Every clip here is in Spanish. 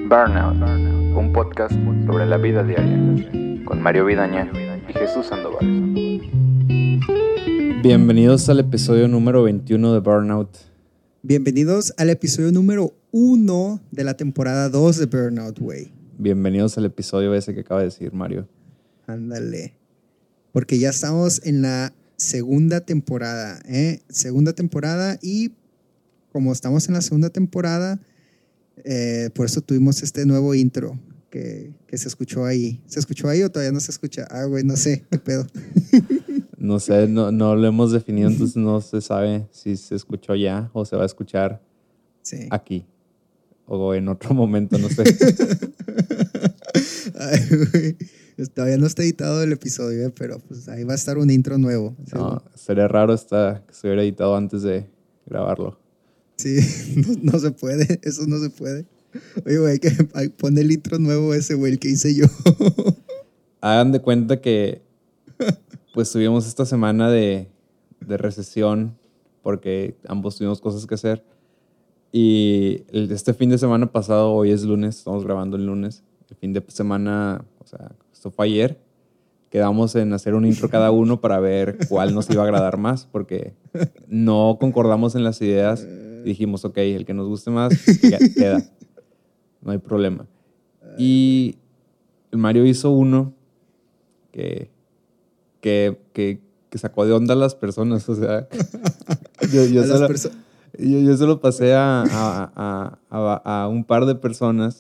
Burnout, un podcast sobre la vida diaria, con Mario Vidaña y Jesús Sandoval. Bienvenidos al episodio número 21 de Burnout. Bienvenidos al episodio número 1 de la temporada 2 de Burnout, güey. Bienvenidos al episodio ese que acaba de decir Mario. Ándale. Porque ya estamos en la segunda temporada, Segunda temporada, y como estamos en la segunda temporada, por eso tuvimos este nuevo intro que se escuchó ahí. ¿Se escuchó ahí o todavía no se escucha? Güey, no sé, qué pedo. No sé, no lo hemos definido, entonces no se sabe si se escuchó ya o se va a escuchar aquí o en otro momento, no sé. Ay, güey. Todavía no está editado el episodio, pero pues ahí va a estar un intro nuevo. No, sería raro que se hubiera editado antes de grabarlo. Sí, no se puede, eso no se puede. Oye, güey, que pone el intro nuevo ese, güey, el que hice yo. Hagan de cuenta que pues tuvimos esta semana de recesión porque ambos tuvimos cosas que hacer. Y este fin de semana pasado, hoy es lunes, estamos grabando el lunes. El fin de semana, o sea, esto fue ayer. Quedamos en hacer un intro cada uno para ver cuál nos iba a agradar más, porque no concordamos en las ideas. Y dijimos, ok, el que nos guste más, queda. No hay problema. Y el Mario hizo uno que sacó de onda a las personas. O sea, yo se lo pasé a un par de personas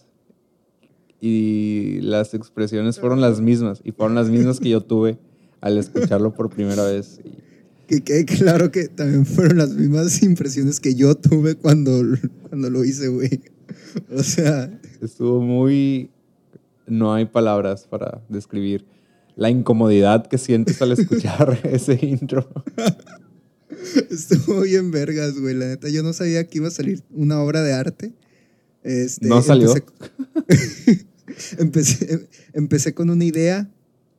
y las expresiones fueron las mismas. Y fueron las mismas que yo tuve al escucharlo por primera vez. Que quede claro que también fueron las mismas impresiones que yo tuve cuando lo hice, güey. O sea... Estuvo muy... No hay palabras para describir la incomodidad que sientes al escuchar ese intro. Estuvo bien vergas, güey. La neta, yo no sabía que iba a salir una obra de arte. ¿No salió? Empecé con una idea,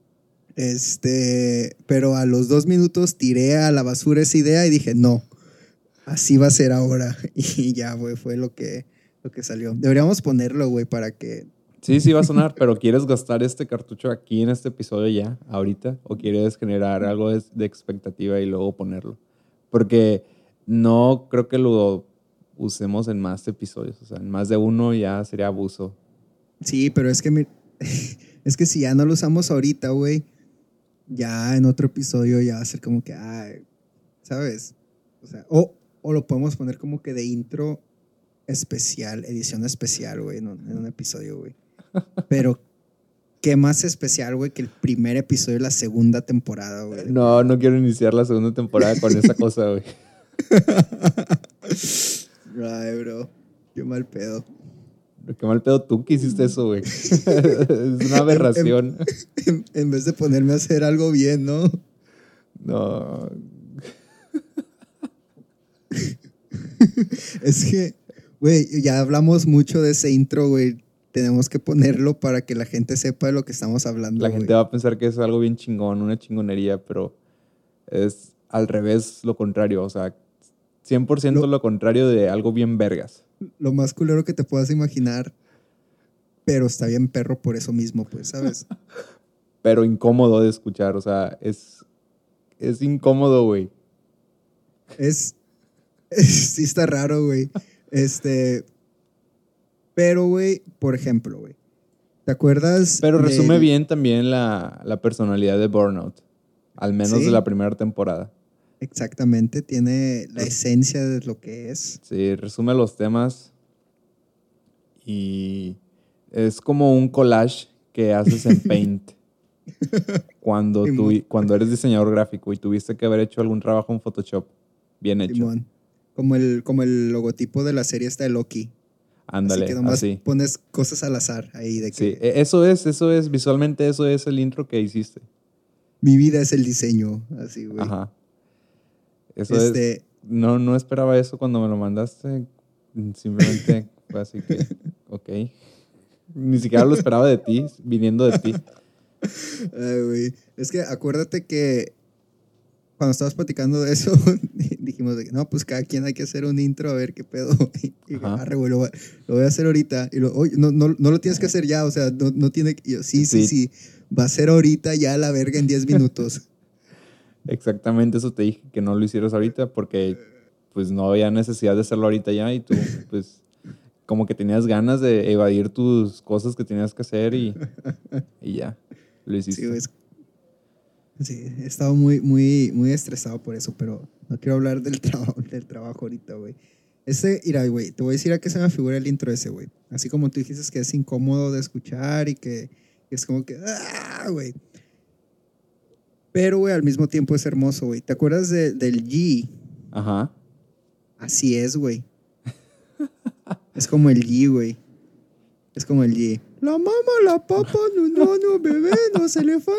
pero a los 2 minutos tiré a la basura esa idea y dije, no, así va a ser ahora. Y ya, güey, fue lo que salió. Deberíamos ponerlo, güey, para que... Sí, va a sonar, pero ¿quieres gastar este cartucho aquí en este episodio ya, ahorita? ¿O quieres generar algo de expectativa y luego ponerlo? Porque no creo que lo usemos en más episodios. O sea, en más de uno ya sería abuso. Sí, pero es que si ya no lo usamos ahorita, güey, ya en otro episodio ya va a ser como que, ¿sabes? O sea, o lo podemos poner como que de intro especial, edición especial, güey, en un episodio, güey. Pero, ¿qué más especial, güey, que el primer episodio de la segunda temporada, güey? No quiero iniciar la segunda temporada con esa cosa, güey. Ay, bro, qué mal pedo. Qué mal pedo tú que hiciste eso, güey. Es una aberración. En vez de ponerme a hacer algo bien, ¿no? No. Es que, güey, ya hablamos mucho de ese intro, güey. Tenemos que ponerlo para que la gente sepa de lo que estamos hablando. La gente va a pensar que es algo bien chingón, una chingonería, pero es al revés lo contrario. O sea, 100% lo contrario de algo bien vergas. Lo más culero que te puedas imaginar, pero está bien perro por eso mismo, pues, ¿sabes? Pero incómodo de escuchar, o sea, es incómodo, güey. Sí está raro, güey. Pero, güey, por ejemplo, güey, ¿te acuerdas? Pero resume bien también la personalidad de Burnout, al menos de la primera temporada. Exactamente, tiene la esencia de lo que es. Sí, resume los temas y es como un collage que haces en Paint. Cuando eres diseñador gráfico y tuviste que haber hecho algún trabajo en Photoshop bien hecho. Simón. Como el logotipo de la serie esta de Loki. Ándale, así que nomás así. Pones cosas al azar ahí de que... Sí, eso es, visualmente eso es el intro que hiciste. Mi vida es el diseño, así, güey. Ajá. Eso es. No esperaba eso cuando me lo mandaste. Simplemente fue así que, ok. Ni siquiera lo esperaba de ti, viniendo de ti. Ay, güey. Es que acuérdate que cuando estabas platicando de eso, dijimos de que no, pues cada quien hay que hacer un intro a ver qué pedo. Y arre, güey, lo voy a hacer ahorita. Y oye, no lo tienes que hacer ya, o sea, no tiene que... Y yo, sí. Va a ser ahorita ya a la verga en 10 minutos. Exactamente eso te dije, que no lo hicieras ahorita porque pues no había necesidad de hacerlo ahorita ya y tú pues como que tenías ganas de evadir tus cosas que tenías que hacer y ya, lo hiciste. Sí, güey. Sí, he estado muy estresado por eso, pero no quiero hablar del trabajo ahorita, güey. Mira, güey, te voy a decir a qué se me figura el intro ese, güey. Así como tú dijiste que es incómodo de escuchar y que es como que, güey. Pero, güey, al mismo tiempo es hermoso, güey. ¿Te acuerdas del G? Ajá. Así es, güey. Es como el G, güey. Es como el G. La mamá, la papa, no, bebé, no se le fan,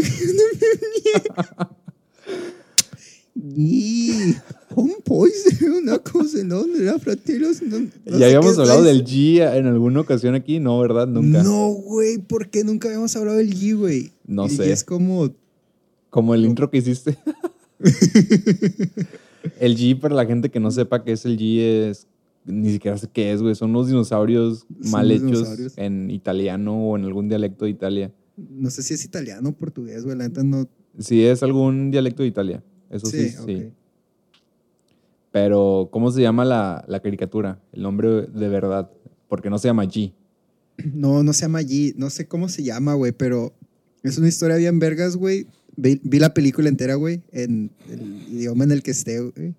y un poise, una cosa, no, la fratelos, no ya habíamos hablado del G en alguna ocasión aquí, ¿no, verdad? Nunca. No, güey, ¿por qué nunca habíamos hablado del G, güey? No el sé. G es como el intro que hiciste. El G, para la gente que no sepa qué es el G, ni siquiera sé qué es, güey. Son los dinosaurios mal hechos en italiano o en algún dialecto de Italia. No sé si es italiano o portugués, güey. La neta no. Sí, es algún dialecto de Italia. Eso sí. Okay. Pero, ¿cómo se llama la caricatura? El nombre de verdad. Porque no se llama G. No se llama G. No sé cómo se llama, güey, pero es una historia bien vergas, güey. Vi la película entera, güey, en el idioma en el que esté, güey.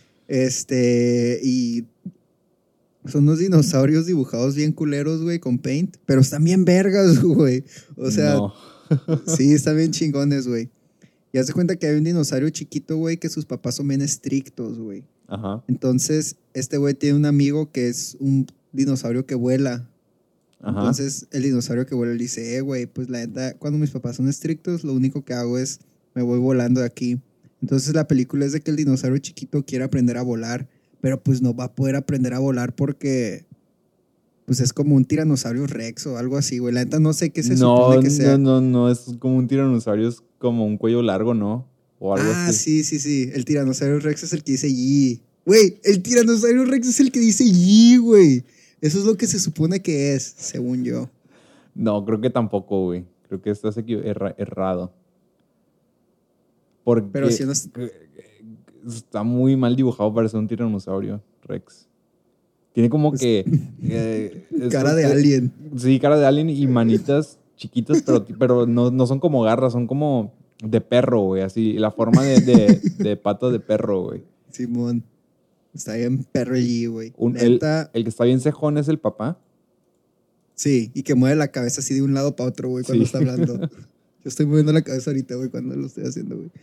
Y son unos dinosaurios dibujados bien culeros, güey, con paint, pero están bien vergas, güey. O sea, no. Sí, están bien chingones, güey. Y haz de cuenta que hay un dinosaurio chiquito, güey, que sus papás son bien estrictos, güey. Ajá. Entonces, este güey tiene un amigo que es un dinosaurio que vuela. Ajá. Entonces, el dinosaurio que vuela le dice, güey, pues la neta, cuando mis papás son estrictos, lo único que hago es me voy volando de aquí. Entonces, la película es de que el dinosaurio chiquito quiere aprender a volar, pero pues no va a poder aprender a volar porque pues es como un tiranosaurio rex o algo así, güey. La neta no sé qué se supone que sea. No, es como un tiranosaurio, es como un cuello largo, ¿no? O algo así. Sí. El tiranosaurio rex es el que dice yi. Güey, el tiranosaurio rex es el que dice yi, güey. Eso es lo que se supone que es, según yo. No, creo que tampoco, güey. Creo que estás errado. Porque pero si no está muy mal dibujado para ser un tiranosaurio rex. Tiene como pues, que... cara de alien. Sí, cara de alien y manitas chiquitas, pero no son como garras, son como de perro, güey. Así, la forma de pata de perro, güey. Simón. Está bien perro allí, güey. El que está bien cejón es el papá. Sí, y que mueve la cabeza así de un lado para otro, güey, cuando está hablando. Yo estoy moviendo la cabeza ahorita, güey, cuando lo estoy haciendo, güey.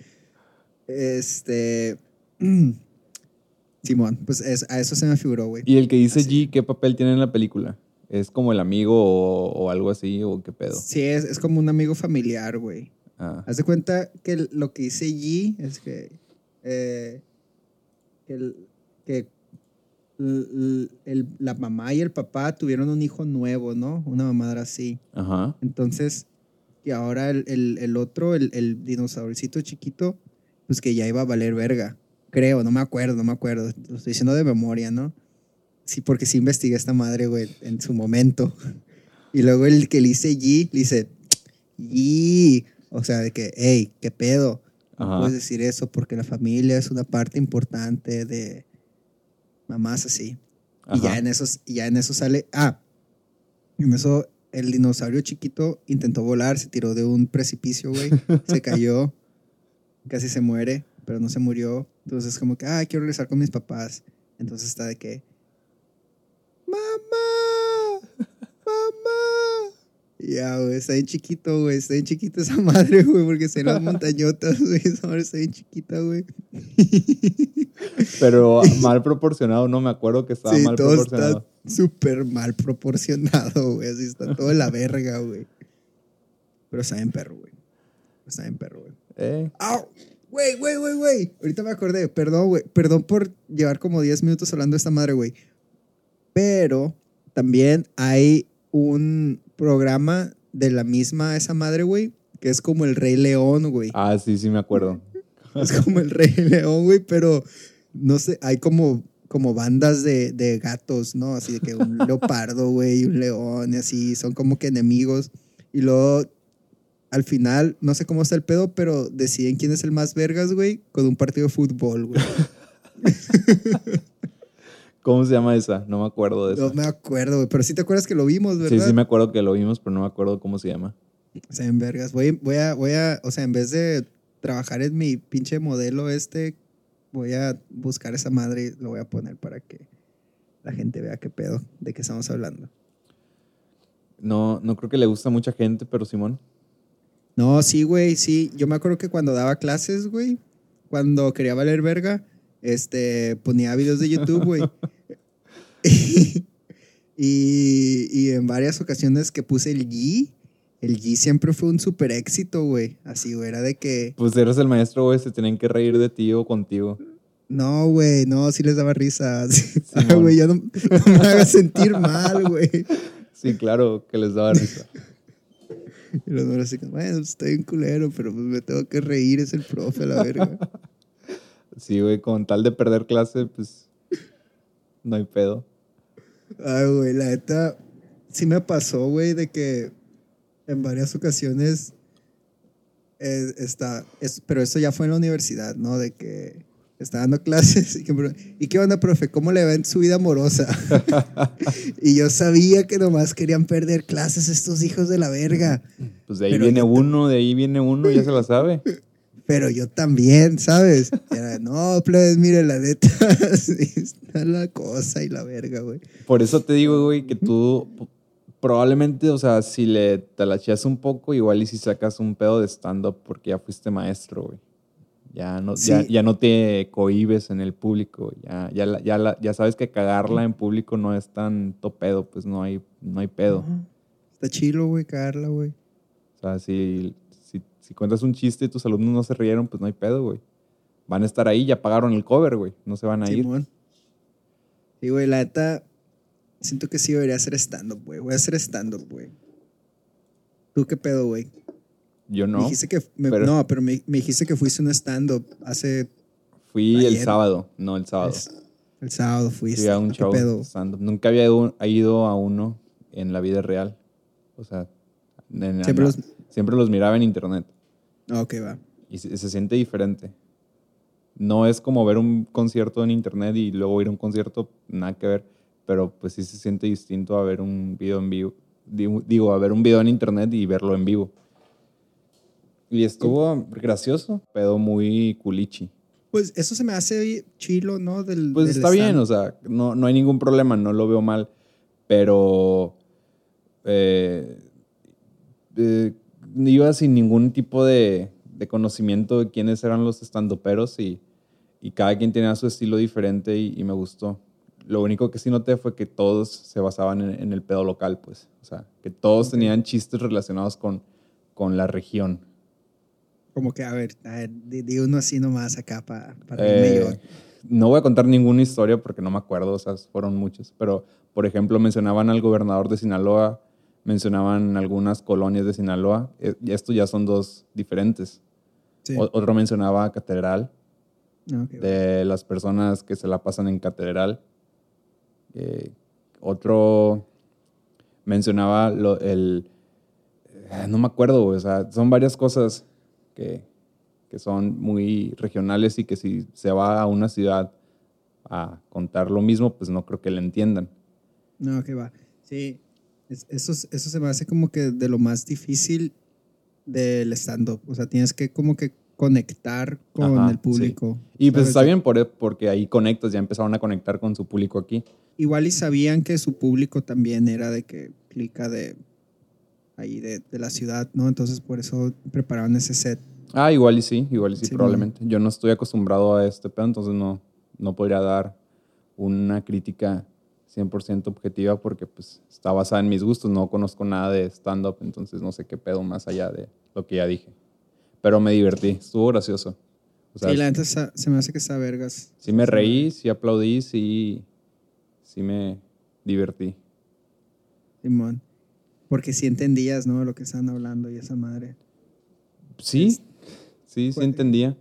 Simón, pues a eso se me figuró, güey. ¿Y el que dice así. G, qué papel tiene en la película? ¿Es como el amigo o algo así o qué pedo? Sí, es como un amigo familiar, güey. Haz de cuenta que lo que dice G es que la mamá y el papá tuvieron un hijo nuevo, ¿no? Una mamadra así. Ajá. Entonces, y ahora el otro, el dinosauricito chiquito, pues que ya iba a valer verga. Creo, no me acuerdo. Lo estoy diciendo de memoria, ¿no? Sí, porque sí investigué esta madre, güey, en su momento. Y luego el que le dice G, le dice G. O sea, de que, hey, ¿qué pedo? No puedes decir eso porque la familia es una parte importante de mamás así. Ajá. Y ya en eso sale... en eso el dinosaurio chiquito intentó volar, se tiró de un precipicio, güey. Se cayó, casi se muere, pero no se murió. Entonces como que, quiero regresar con mis papás. Entonces está de que... ¡Mamá! Ya, güey, está bien chiquito, güey. Está bien chiquita esa madre, güey, porque está en las montañotas, güey. Esa madre está bien chiquita, güey. Pero mal proporcionado, no me acuerdo que estaba mal proporcionado. Está súper mal proporcionado, güey. Así está todo en la verga, güey. Pero está bien perro, güey. ¡Au! Güey. Ahorita me acordé. Perdón, güey. Perdón por llevar como 10 minutos hablando de esta madre, güey. Pero también hay un programa de la misma esa madre, güey, que es como el Rey León, güey. Sí, me acuerdo. Es como el Rey León, güey, pero no sé, hay como bandas de gatos, ¿no? Así de que un leopardo, güey, y un león, y así, son como que enemigos. Y luego, al final, no sé cómo está el pedo, pero deciden quién es el más vergas, güey, con un partido de fútbol, güey. ¿Cómo se llama esa? No me acuerdo de No esa. me acuerdo, güey, pero sí te acuerdas que lo vimos, Sí, ¿verdad? sí me acuerdo que lo vimos, pero no me acuerdo cómo se llama. O sea, en vergas. Voy a, o sea, en vez de trabajar en mi pinche modelo voy a buscar esa madre y lo voy a poner para que la gente vea qué pedo, de qué estamos hablando. No, no creo que le gusta a mucha gente, pero Simón. No, sí, güey, sí. Yo me acuerdo que cuando daba clases, güey, cuando quería valer verga, ponía videos de YouTube, güey. Y en varias ocasiones que puse el G siempre fue un súper éxito, güey. Así, güey, era de que, Pues eres el maestro, güey, se tienen que reír de ti o contigo. no, güey, no, sí les daba risa. Ah, Simón. güey, ya no me hagas sentir mal, güey. Sí, claro, que les daba risa. Y los morros así, como, bueno, estoy en culero, pero pues me tengo que reír, es el profe, a la verga. Sí, güey, con tal de perder clase, pues no hay pedo. Ay, güey, la neta, sí me pasó, güey, de que en varias ocasiones pero eso ya fue en la universidad, ¿no? De que estaba dando clases ¿y qué onda, profe? ¿Cómo le va en su vida amorosa? Y yo sabía que nomás querían perder clases estos hijos de la verga. Pues de ahí Pero viene yo uno, de ahí viene uno, ya se la sabe. Pero yo también, ¿sabes? Y era, no, plebes, mire, la neta, así está la cosa y la verga, güey. Por eso te digo, güey, que tú probablemente, o sea, si le talacheas un poco, igual y si sacas un pedo de stand-up porque ya fuiste maestro, güey. Sí, Ya no te cohibes en el público. Ya sabes que cagarla en público no es tanto pedo, pues no hay pedo. está chilo, güey, cagarla, güey. O sea, si cuentas un chiste y tus alumnos no se rieron, pues no hay pedo, güey. Van a estar ahí, ya pagaron el cover, güey. No se van a ir. Simón. Sí, güey, la neta, siento que sí debería hacer stand-up, güey. Voy a hacer stand-up, güey. ¿Tú qué pedo, güey? Yo Me no. dijiste que, Pero no, pero me dijiste que fuiste a un stand-up fui el ayer. sábado, no el sábado. El sábado Fui fuiste. a un ¿Qué show pedo? stand-up. Nunca había ido a uno en la vida real. O sea, Siempre los... siempre los miraba en internet. Ok, va. Y se siente diferente. No es como ver un concierto en internet y luego ir a un concierto, nada que ver. Pero pues sí se siente distinto a ver un video en vivo. Digo, a ver un video en internet y verlo en vivo. Y estuvo gracioso, pero muy culichi. Pues eso se me hace chilo, ¿no? Pues Del está bien, stand. o sea, no hay ningún problema, no lo veo mal, pero eh, iba sin ningún tipo de conocimiento de quiénes eran los estandoperos y cada quien tenía su estilo diferente y me gustó. Lo único que sí noté fue que todos se basaban en el pedo local, pues. O sea, que todos Ok. tenían chistes relacionados con la región. Como que, a ver, di uno así nomás acá para reírme yo. No voy a contar ninguna historia porque no me acuerdo, o sea, fueron muchas, pero por ejemplo mencionaban al gobernador de Sinaloa, mencionaban algunas colonias de Sinaloa, y esto ya son dos diferentes. Sí. Otro mencionaba Catedral, Ok, va. de las personas que se la pasan en Catedral. Otro mencionaba no me acuerdo, güey, o sea, son varias cosas que son muy regionales y que si se va a una ciudad a contar lo mismo, pues no creo que le entiendan. No, que va. Sí. Eso se me hace como que de lo más difícil del stand-up. O sea, tienes que como que conectar con Ajá, el público. sí. Y pues ¿sabes? está bien porque ahí conectas, ya empezaron a conectar con su público aquí. Igual y sabían que su público también era de que clica ahí de la ciudad, ¿no? Entonces por eso preparaban ese set. Igual y sí, Sí, probablemente. Yo no estoy acostumbrado a este pedo, entonces no podría dar una crítica 100% objetiva porque pues está basada en mis gustos, no conozco nada de stand-up, entonces no sé qué pedo más allá de lo que ya dije. Pero me divertí, estuvo gracioso. O sea, sí, la neta se me hace que está vergas. sí me reí, sí aplaudí, sí me divertí. Simón. Porque sí entendías, ¿no? Lo que estaban hablando y esa madre. Sí, sí entendía.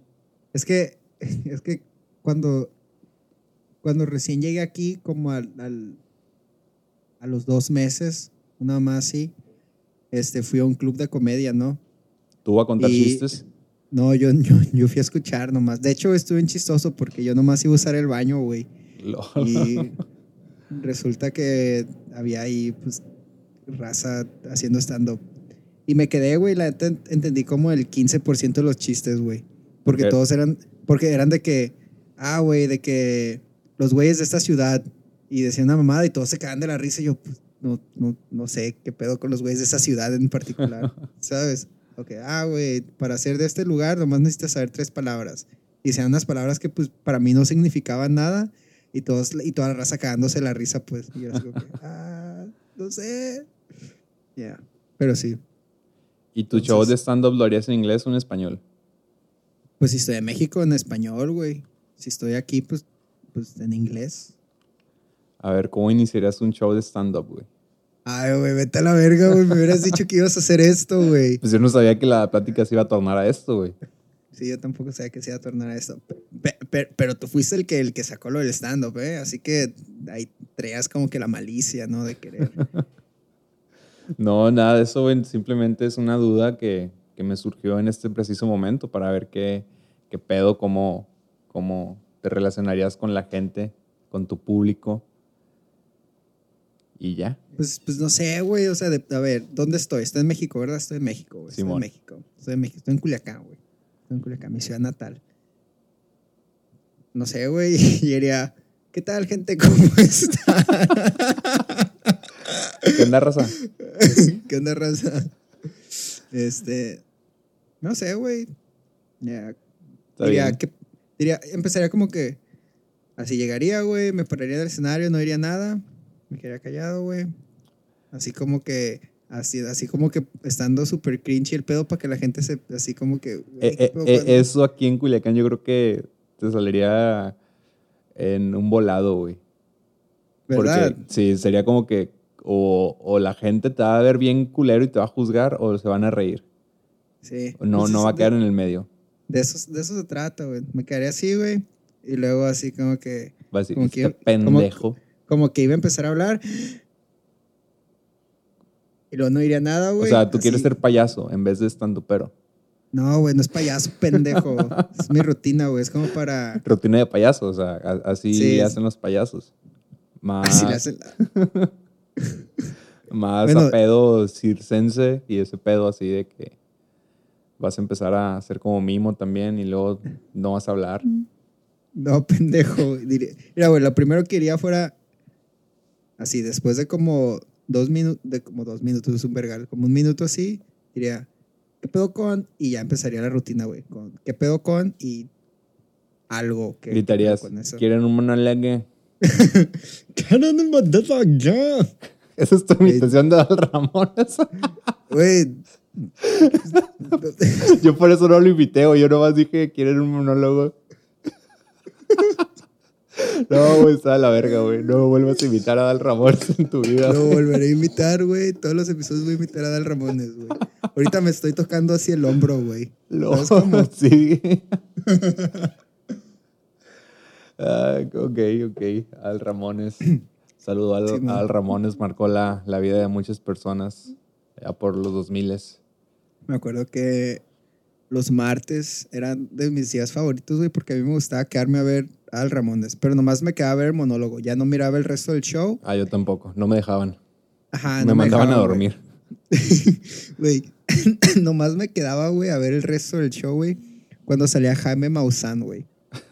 Es que cuando recién llegué aquí, como a los 2 meses, una más así, fui a un club de comedia, ¿no? ¿Tú vas a contar Y- chistes? No, yo fui a escuchar nomás. De hecho, estuve en chistoso porque yo nomás iba a usar el baño, güey. Y resulta que había ahí, pues, raza haciendo stand-up. Y me quedé, güey, la neta entendí como el 15% de los chistes, güey. Porque Ok. porque eran de que, güey, de que los güeyes de esta ciudad, y decían una mamada y todos se cagan de la risa y yo, pues, no sé qué pedo con los güeyes de esa ciudad en particular, ¿sabes? Ok, güey, para ser de este lugar nomás necesitas saber 3 palabras. Y sean unas palabras que, pues, para mí no significaban nada y toda la raza cagándose de la risa, pues. Y yo así como que, no sé. Ya, pero sí. ¿Y tu show Entonces- de stand-up lo harías en inglés o en español? Pues si estoy en México, en español, güey. Si estoy aquí, pues en inglés. A ver, ¿cómo iniciarías un show de stand-up, güey? Ay, güey, vete a la verga, güey. Me hubieras dicho que ibas a hacer esto, güey. Pues yo no sabía que la plática se iba a tornar a esto, güey. Sí, yo tampoco sabía que se iba a tornar a esto. Pero tú fuiste el que sacó lo del stand-up, ¿eh? Así que ahí traías como que la malicia, ¿no? De querer. No, nada de eso, güey. Simplemente es una duda que me surgió en este preciso momento para ver qué pedo, cómo te relacionarías con la gente, con tu público. Y ya. Pues no sé, güey. O sea, a ver, ¿dónde estoy? Estoy en México, ¿verdad? Estoy en México, güey. Estoy en Simón. México. Estoy en Culiacán, güey. Estoy en Culiacán, mi ciudad natal. No sé, güey. Y diría, ¿qué tal, gente? ¿Cómo está? ¿Qué onda, raza? ¿Qué onda, raza? No sé, güey. Ya. Está bien. Empezaría como que así llegaría, güey, me pararía del escenario, no diría nada, me quedaría callado, güey. Así como que estando súper cringy el pedo para que la gente así como que, güey, ¿qué pedo con-? Eso aquí en Culiacán yo creo que te saldría en un volado, güey. ¿Verdad? Porque sí, sería como que o la gente te va a ver bien culero y te va a juzgar o se van a reír. Sí. No, Pues no va a quedar en el medio. de eso se trata, güey. Me quedaría así, güey. Y luego así como que... Va a decir, como este pendejo. Como que iba a empezar a hablar. Y luego no diría nada, O güey. sea, tú quieres Así. ser payaso en vez de estandupero. No, güey, no es payaso, pendejo. Es mi rutina, güey. Es como para... Rutina de payaso, o sea, así Sí, le hacen los payasos. Más, Así le hacen... más Bueno. a pedo circense y ese pedo así de que vas a empezar a hacer como mimo también y luego no vas a hablar. No, pendejo. Mira, güey, lo primero que iría fuera... Así, después de como 2 minutos... Como 2 minutos es un vergal. Como 1 minuto así, diría... ¿Qué pedo con? Y ya empezaría la rutina, güey. Con ¿qué pedo con? Y algo que... Gritarías, ¿qué pedo con eso? ¿quieren un monólogo? ¡Canon de motherfucker! Esa es tu imitación de Adal Ramones. Güey. Yo por eso no lo invité, güey. Yo nomás dije, ¿quieren un monólogo? No, güey, está de la verga, güey. No vuelvas a invitar a Adal Ramones en tu vida. Lo güey. volveré a invitar, güey. Todos los episodios voy a invitar a Dal Ramones, güey. Ahorita me estoy tocando así el hombro, güey. No, ¿Sabes cómo? sí. Ok. Al Ramones. Saludo a Sí, man. Al Ramones. Marcó la vida de muchas personas ya por los 2000. Me acuerdo que los martes eran de mis días favoritos, güey, porque a mí me gustaba quedarme a ver a Dal Ramones. Pero nomás me quedaba a ver el monólogo. Ya no miraba el resto del show. Yo tampoco. No me dejaban. Ajá, me no mandaban a dejaban, dormir. Güey, nomás me quedaba, güey, a ver el resto del show, güey, cuando salía Jaime Maussan, güey.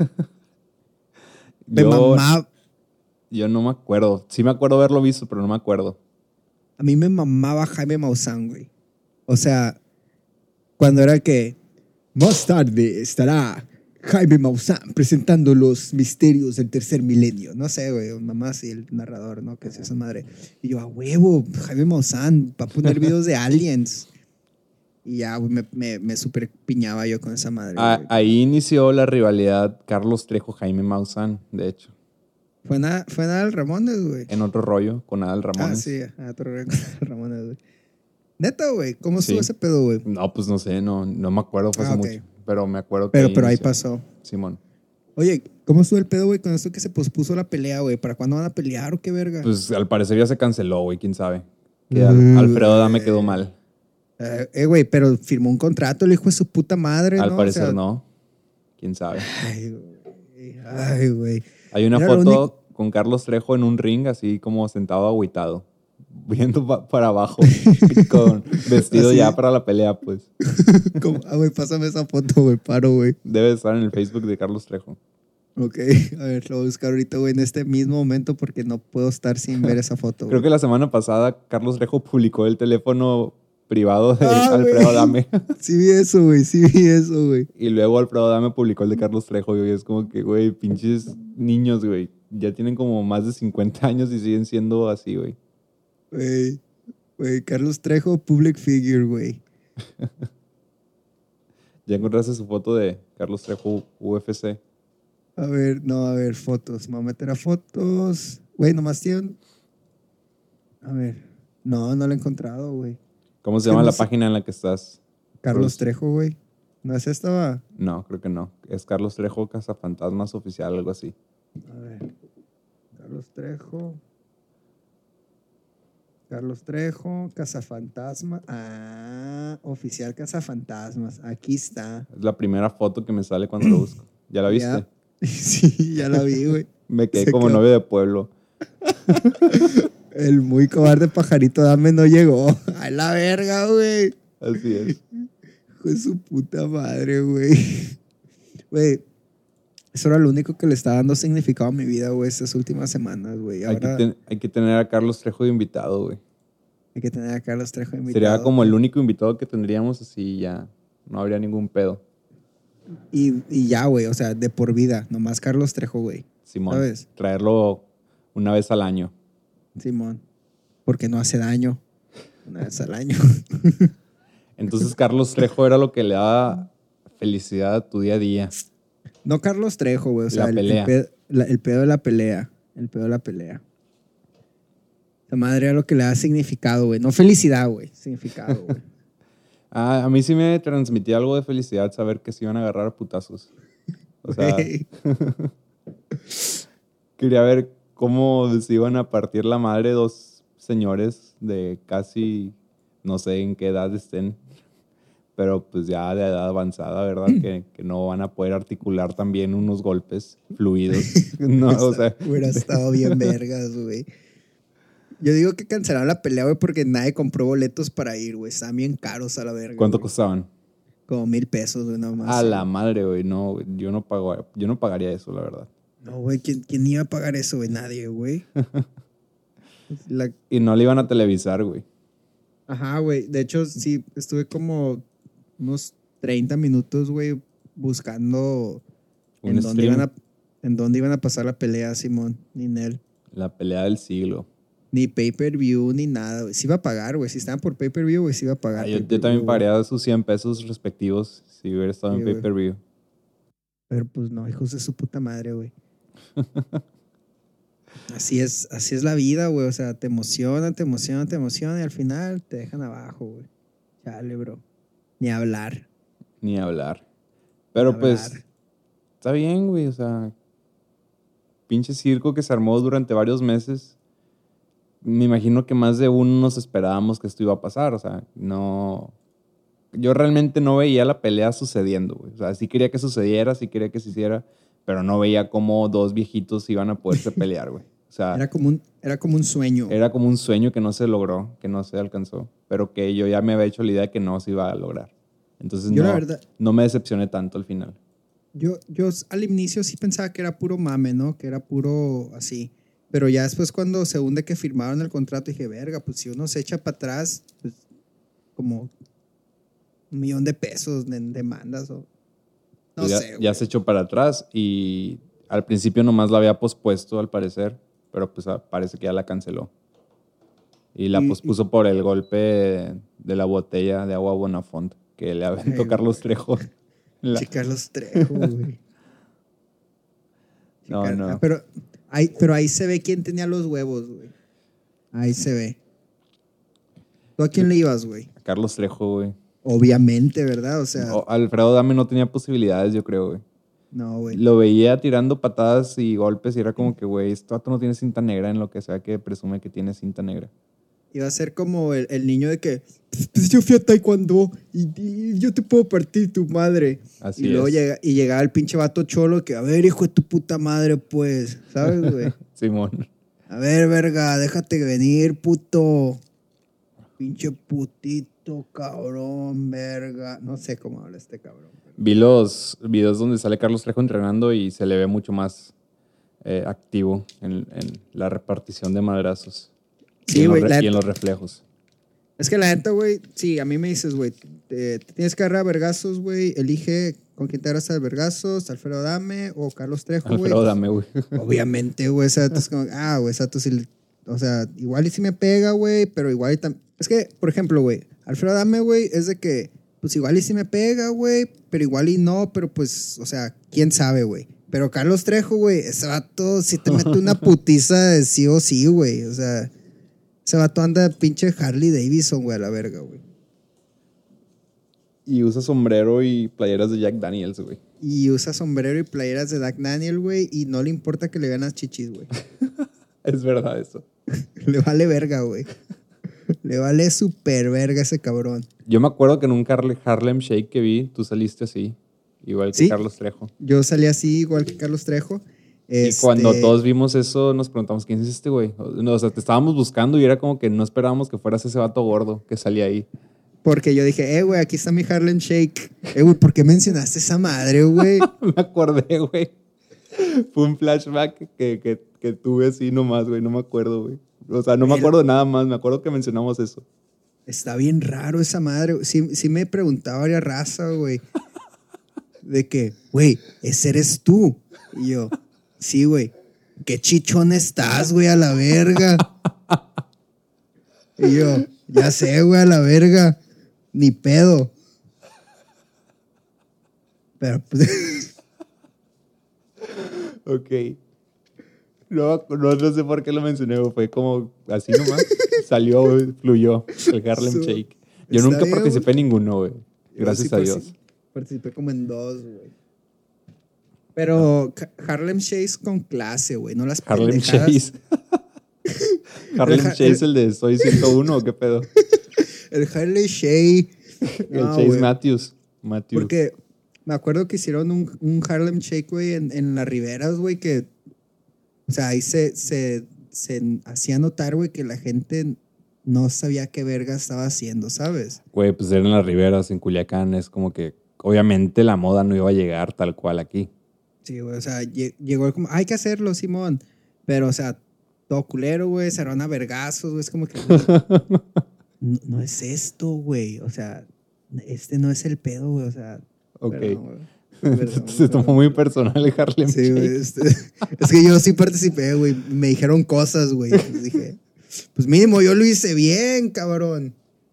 Me mamaba. Yo no me acuerdo. Sí me acuerdo haberlo visto, pero no me acuerdo. A mí me mamaba Jaime Maussan, güey. O sea, cuando era que más tarde estará Jaime Maussan presentando los misterios del tercer milenio. No sé, güey, mamá así, el narrador, ¿no? Que es esa madre. Y yo, a huevo, Jaime Maussan, para poner videos de aliens. Y ya, güey, me super piñaba yo con esa madre. güey. Ahí inició la rivalidad Carlos Trejo-Jaime Maussan, de hecho. Fue en Adal Ramones, güey. En otro rollo con Adal Ramones. Sí, otro rollo con Adal Ramones, güey. Neta, güey, ¿cómo estuvo Sí. ese pedo, güey? No, pues no sé, no me acuerdo, fue hace Ok. mucho. pero me acuerdo que Pero ahí inició. pasó. Simón. Oye, ¿cómo estuvo el pedo, güey, con esto que se pospuso la pelea, güey? ¿Para cuándo van a pelear o qué verga? Pues al parecer ya se canceló, güey, quién sabe. Que Alfredo Adame quedó mal. Güey, pero firmó un contrato el hijo de su puta madre, Al ¿no? parecer O sea, no. Quién sabe. Ay, güey. Hay una Era lo foto único- con Carlos Trejo en un ring, así como sentado agüitado, viendo para abajo, con vestido Así. ya para la pelea, pues. Güey, pásame esa foto, güey, paro, güey. Debe estar en el Facebook de Carlos Trejo. Ok, a ver, lo voy a buscar ahorita, güey, en este mismo momento porque no puedo estar sin ver esa foto, Creo güey. que la semana pasada Carlos Trejo publicó el teléfono privado de Ah, Alfredo güey. Adame. Sí vi eso, güey, sí vi eso, güey. Y luego Alfredo Adame publicó el de Carlos Trejo, y es como que, güey, pinches niños, güey. Ya tienen como más de 50 años y siguen siendo así, güey. Güey, Carlos Trejo, public figure, güey. Ya encontraste su foto de Carlos Trejo UFC. A ver, fotos. Me voy a meter a fotos. Güey, nomás tienen. A ver. No la he encontrado, güey. ¿Cómo se que llama no la sé. página en la que estás? Carlos Trejo, güey. ¿No es esta, va? No, creo que no. Es Carlos Trejo Cazafantasmas Oficial, algo así. A ver. Carlos Trejo. Carlos Trejo, Cazafantasma. Oficial Cazafantasmas. Aquí está. Es la primera foto que me sale cuando lo busco. ¿Ya la viste? Ya. Sí, ya la vi, güey. Me quedé Se como quedó. novio de pueblo. El muy cobarde pajarito Dame no llegó. A la verga, güey. Así es. Hijo de su puta madre, güey. Güey, eso era lo único que le estaba dando significado a mi vida, güey, estas últimas semanas, güey. Ahora Hay que tener a Carlos Trejo de invitado, güey. hay que tener a Carlos Trejo invitado. Sería como el único invitado que tendríamos, así ya no habría ningún pedo. Y ya, güey, o sea, de por vida. Nomás Carlos Trejo, güey. Simón. ¿Sabes? Traerlo una vez al año. Simón. Porque no hace daño. Una vez al año. Entonces Carlos Trejo era lo que le daba felicidad a tu día a día. No Carlos Trejo, güey. O sea, La pelea. el pedo de la pelea. El pedo de la pelea. La madre era lo que le da significado, güey. No felicidad, güey. Significado, güey. A mí sí me transmitía algo de felicidad saber que se iban a agarrar a putazos. O sea, Güey. quería ver cómo se iban a partir la madre dos señores de casi, no sé en qué edad estén, pero pues ya de edad avanzada, ¿verdad? Que no van a poder articular también unos golpes fluidos. No, o sea, Hubiera estado bien vergas, güey. Yo digo que cancelaron la pelea, güey, porque nadie compró boletos para ir, güey. Estaban bien caros a la verga. ¿cuánto güey. costaban? Como 1,000 pesos, güey, nada más. A la madre, güey. No, yo no pagaría eso, la verdad. No, güey, ¿quién iba a pagar eso, güey? Nadie, güey. Y no le iban a televisar, güey. Ajá, güey. De hecho, sí, estuve como unos 30 minutos, güey, buscando Un en dónde, stream. en dónde iban a pasar la pelea, Simón. Ni Nel. La pelea del siglo. Ni pay-per-view, ni nada, güey. Sí iba a pagar, güey. Si estaban por pay-per-view, güey, sí iba a pagar. Yo pay-per-view, también güey. pagaría sus 100 pesos respectivos si hubiera estado Sí, en güey. pay-per-view. Pero pues no, hijos de su puta madre, güey. Así es la vida, güey. O sea, te emociona y al final te dejan abajo, güey. Chale, bro. Ni hablar. Ni hablar. Pero Ni pues, hablar. está bien, güey. O sea, pinche circo que se armó durante varios meses. Me imagino que más de uno nos esperábamos que esto iba a pasar. O sea, no. Yo realmente no veía la pelea sucediendo, güey. O sea, sí quería que sucediera, sí quería que se hiciera, pero no veía cómo dos viejitos iban a poderse pelear, güey. O sea, Era como un sueño. era como un sueño que no se logró, que no se alcanzó, pero que yo ya me había hecho la idea de que no se iba a lograr. Entonces Yo, no, la verdad, no me decepcioné tanto al final. yo al inicio sí pensaba que era puro mame, ¿no? Que era puro así. Pero ya después cuando según de que firmaron el contrato dije, verga, pues si uno se echa para atrás, pues como 1,000,000 de pesos en demandas o... No Pues sé, ya güey. se echó para atrás y al principio nomás la había pospuesto al parecer, pero pues parece que ya la canceló. Y la Y- pospuso por el golpe de la botella de agua Bonafont que le aventó Ay, Carlos Trejo. La- Che, Carlos Trejo, güey. No, Che, no. Pero ahí se ve quién tenía los huevos, güey. Ahí se ve. ¿Tú a quién le ibas, güey? Carlos Trejo, güey. Obviamente, ¿verdad? O sea, Alfredo Dame no tenía posibilidades, yo creo, güey. no, güey. Lo veía tirando patadas y golpes y era como que, güey, este vato no tiene cinta negra en lo que sea que presume que tiene cinta negra. Iba a ser como el niño de que, pues yo fui a Taekwondo y yo te puedo partir tu madre. Así y luego es. llegaba el pinche vato cholo que, a ver, hijo de tu puta madre, pues, ¿sabes, güey? Simón. A ver, verga, déjate venir, puto. Pinche putito, cabrón, verga. No sé cómo habla este cabrón. Vi los videos donde sale Carlos Trejo entrenando y se le ve mucho más activo en la repartición de madrazos. Sí, y güey. y en los reflejos. Es que la neta, güey, sí, a mí me dices, güey, te tienes que agarrar a vergazos, güey, elige con quién te agarras a vergazos, Alfredo Dame o Carlos Trejo, güey. Alfredo Dame, güey. Obviamente, güey, esa es como, güey, esa sí, o sea, igual y sí me pega, güey, pero igual y también. Es que, por ejemplo, güey, Alfredo Dame, güey, es de que, pues igual y sí me pega, güey, pero igual y no, pero pues, o sea, quién sabe, güey. Pero Carlos Trejo, güey, ese vato sí te mete una putiza de sí o sí, güey, o sea. Ese vato anda pinche Harley Davidson, güey, a la verga, güey. Y usa sombrero y playeras de Jack Daniels, güey. Y usa sombrero y playeras de Jack Daniel, güey, y no le importa que le vean las chichis, güey. Es verdad eso. Le vale verga, güey. Le vale super verga ese cabrón. Yo me acuerdo que en un Harlem Shake que vi, tú saliste así, igual que ¿Sí? Carlos Trejo. Yo salí así, igual que Carlos Trejo. Y cuando todos vimos eso, nos preguntamos, ¿quién es este güey? O sea, te estábamos buscando y era como que no esperábamos que fueras ese vato gordo que salía ahí. Porque yo dije, güey, aquí está mi Harlem Shake. Güey, ¿por qué mencionaste esa madre, güey? Me acordé, güey. Fue un flashback que tuve así nomás, güey. No me acuerdo, güey. O sea, no me acuerdo de nada más. Me acuerdo que mencionamos eso. Está bien raro esa madre. Sí me preguntaba varias raza, güey. De que, güey, ese eres tú. Y yo, sí, güey. ¿Qué chichón estás, güey, a la verga? Y yo, ya sé, güey, a la verga. Ni pedo. Pero, pues... Ok. No sé por qué lo mencioné, güey. Fue como así nomás. Salió, güey, fluyó el Harlem Shake. Yo nunca participé en ninguno, güey. Gracias a Dios. Participé como en 2, güey. Pero Harlem Shakes con clase, güey. No las Harlem pendejadas. Chase. Harlem Chase, el de Soy 101, ¿o qué pedo? El Harlem Shake. El Chase güey. Matthews. Porque me acuerdo que hicieron un Harlem Shake, güey, en las riberas, güey, que... O sea, ahí se hacía notar, güey, que la gente no sabía qué verga estaba haciendo, ¿sabes? Güey, pues eran las riberas en Culiacán. Es como que, obviamente, la moda no iba a llegar tal cual aquí. Sí, güey, o sea, llegó como, hay que hacerlo, Simón. Pero, o sea, todo culero, güey, se armaron a vergazos, güey, es como que, güey, no es esto, güey, o sea, este no es el pedo, güey, o sea. Ok. Perdón, Se tomó muy personal el Harlem sí, Shake. güey, es que yo sí participé, güey, me dijeron cosas, güey, pues dije, pues mínimo yo lo hice bien, cabrón.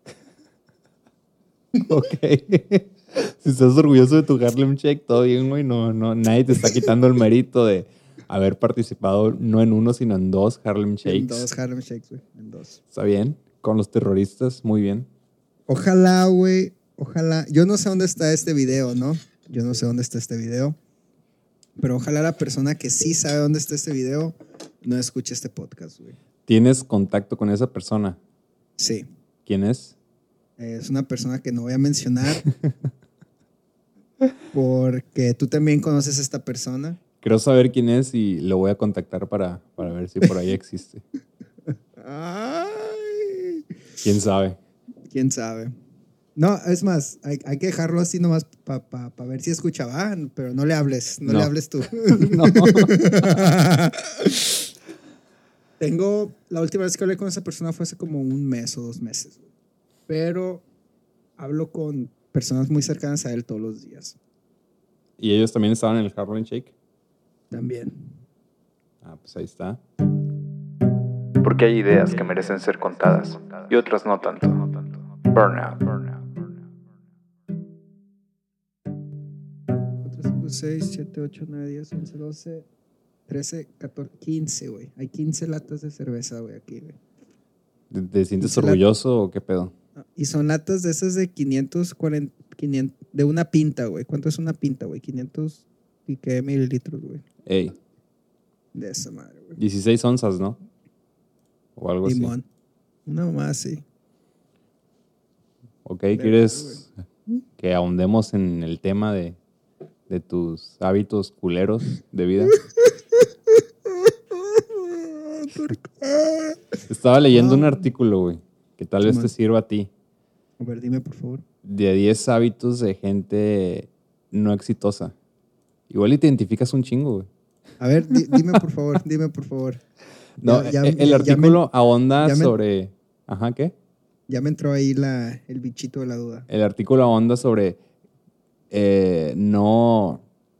Ok. Si estás orgulloso de tu Harlem Shake, todo bien, güey. No, nadie te está quitando el mérito de haber participado no en uno, sino en 2 Harlem Shakes. En 2 Harlem Shakes, güey, en 2. Está bien. Con los terroristas, muy bien. Ojalá, güey, ojalá. Yo no sé dónde está este video, ¿no? Yo no sé dónde está este video. Pero ojalá la persona que sí sabe dónde está este video no escuche este podcast, güey. ¿Tienes contacto con esa persona? Sí. ¿Quién es? Es una persona que no voy a mencionar porque tú también conoces a esta persona. Quiero saber quién es y lo voy a contactar para ver si por ahí existe. Ay. ¿Quién sabe? ¿Quién sabe? No, es más, hay que dejarlo así nomás para ver si escuchaba, pero no le hables, no le hables tú. No. La última vez que hablé con esa persona fue hace como 1 mes o 2 meses, pero hablo con personas muy cercanas a él todos los días. ¿Y ellos también estaban en el Harlem Shake? También. Ah, pues ahí está. Porque hay ideas que merecen ser contadas y otras no tanto. Burnout. 4, 5, 6, 7, 8, 9, 10, 11, 12, 13, 14, 15, güey. Hay 15 latas de cerveza, güey, aquí, güey. ¿Te sientes orgulloso o qué pedo? Y son latas de esas de 540, 500, de una pinta, güey. ¿Cuánto es una pinta, güey? 500 y qué mililitros, güey. Ey, De esa madre, güey. 16 onzas, ¿no? O algo así. Limón. Una más, sí. Ok, ¿quieres que ahondemos en el tema de tus hábitos culeros de vida? Estaba leyendo un artículo, güey, que tal vez te sirva a ti. A ver, dime, por favor. De 10 hábitos de gente no exitosa. Igual y te identificas un chingo, güey. A ver, dime, por favor, dime, por favor. No, el artículo ahonda sobre... Ajá, ¿qué? Ya me entró ahí el bichito de la duda. El artículo ahonda sobre no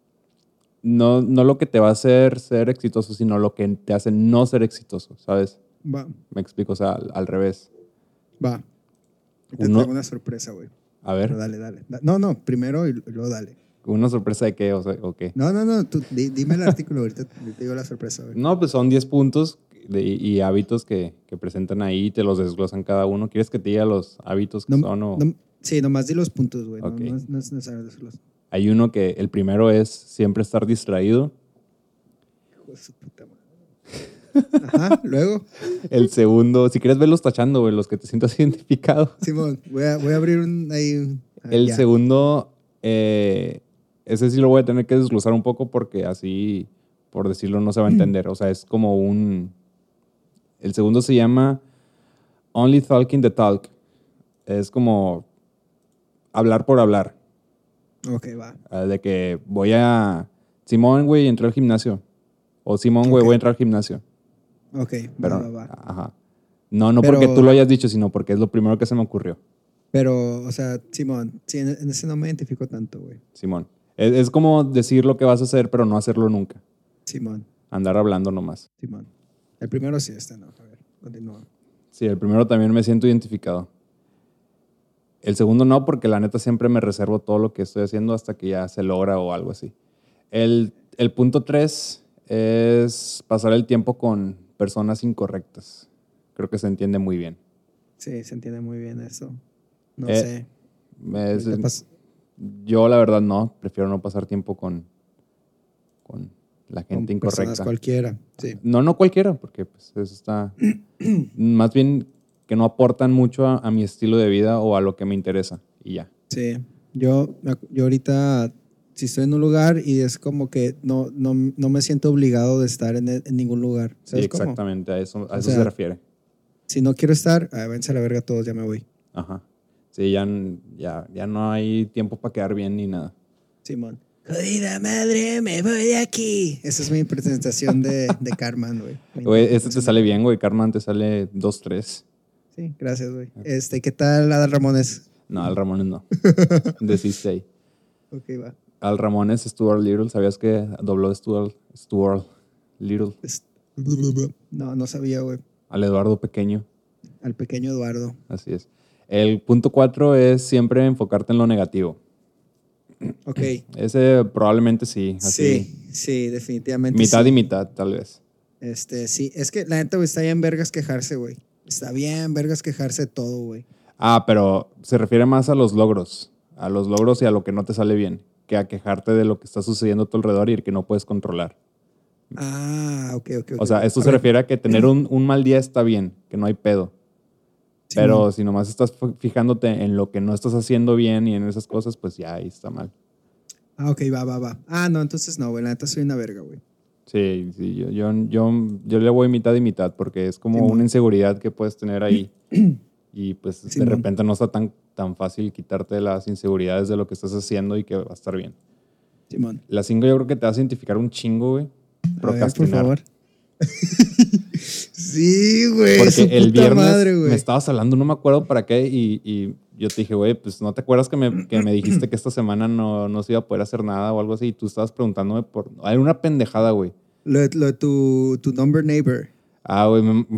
lo que te va a hacer ser exitoso, sino lo que te hace no ser exitoso, ¿sabes? Va. Me explico, o sea, al revés. Va. Te tengo una sorpresa, güey. A ver. Pero dale. No, primero y luego dale. ¿Una sorpresa de qué? ¿O qué? No, tú dime el artículo, ahorita te digo la sorpresa, güey. No, pues son 10 puntos y hábitos que presentan ahí y te los desglosan cada uno. ¿Quieres que te diga los hábitos que son o...? Sí, nomás di los puntos, güey. Okay. No es necesario decirlos. Hay uno que el primero es siempre estar distraído. Hijo de su puta madre. Ajá, luego. El segundo, si quieres verlos tachando, güey, los que te sientas identificado. Simón, voy a abrir El ya. segundo, ese sí lo voy a tener que desglosar un poco porque así, por decirlo, no se va a entender. O sea, es como el segundo se llama Only Talking the Talk. Es como hablar por hablar. Ok, va. De que Simón, güey, entré al gimnasio. O Simón, güey, voy a entrar al gimnasio. Ok, Pero, va. Ajá. No Pero, porque tú lo hayas dicho, sino porque es lo primero que se me ocurrió. Pero, o sea, Simón, sí, en ese no me identifico tanto, güey. Simón. Es como decir lo que vas a hacer, pero no hacerlo nunca. Simón. Andar hablando nomás. Simón. El primero sí, no. A ver, continúa. Sí, el primero también me siento identificado. El segundo no, porque la neta siempre me reservo todo lo que estoy haciendo hasta que ya se logra o algo así. El punto 3 es pasar el tiempo con personas incorrectas. Creo que se entiende muy bien. Sí, se entiende muy bien eso. No sé. Yo la verdad no, prefiero no pasar tiempo con la gente con incorrecta. Personas cualquiera, sí. No cualquiera, porque pues eso está... más bien que no aportan mucho a mi estilo de vida o a lo que me interesa y ya. Sí, yo ahorita si estoy en un lugar y es como que no me siento obligado de estar en ningún lugar. Sí, ¿Sabes exactamente, cómo? a eso se refiere. Si no quiero estar, váyanse a la verga todos, ya me voy. Ajá. Sí, ya no hay tiempo para quedar bien ni nada. Simón. Jodida madre, me voy de aquí. Esa es mi presentación de Carman, güey. Güey, este te sale bien, güey. Carman te sale 2-3. Sí, gracias, güey. ¿Qué tal Adal Ramones? No, Al Ramones no. Desiste ahí. Ok, va. Al Ramones, Stuart Little. ¿Sabías que dobló Stuart Little? No sabía, güey. Al Eduardo Pequeño. Al pequeño Eduardo. Así es. El punto 4 es siempre enfocarte en lo negativo. Ok. Ese probablemente sí. Así. Sí, definitivamente. Mitad sí. y mitad, tal vez. Sí, es que la neta, güey, está bien vergas quejarse, güey. Está bien vergas quejarse de todo, güey. Pero se refiere más a los logros. A los logros y a lo que no te sale bien. Que a quejarte de lo que está sucediendo a tu alrededor y que no puedes controlar. Ok. O sea, esto se refiere a que tener un mal día está bien, que no hay pedo. Sí, pero si nomás estás fijándote en lo que no estás haciendo bien y en esas cosas, pues ya ahí está mal. Ok, va. No, entonces no, güey, la neta soy una verga, güey. Sí, yo le voy mitad y mitad porque es como una inseguridad que puedes tener ahí y pues de repente no está tan fácil quitarte las inseguridades de lo que estás haciendo y que va a estar bien. Simón. La 5 yo creo que te vas a identificar un chingo, güey. Procrastinar. A ver, por favor. Sí, güey. Porque el viernes madre, me estabas hablando, no me acuerdo para qué, y yo te dije, güey, pues no te acuerdas que me dijiste que esta semana no se iba a poder hacer nada o algo así, y tú estabas preguntándome por... Hay una pendejada, güey. Lo de tu number neighbor. Güey.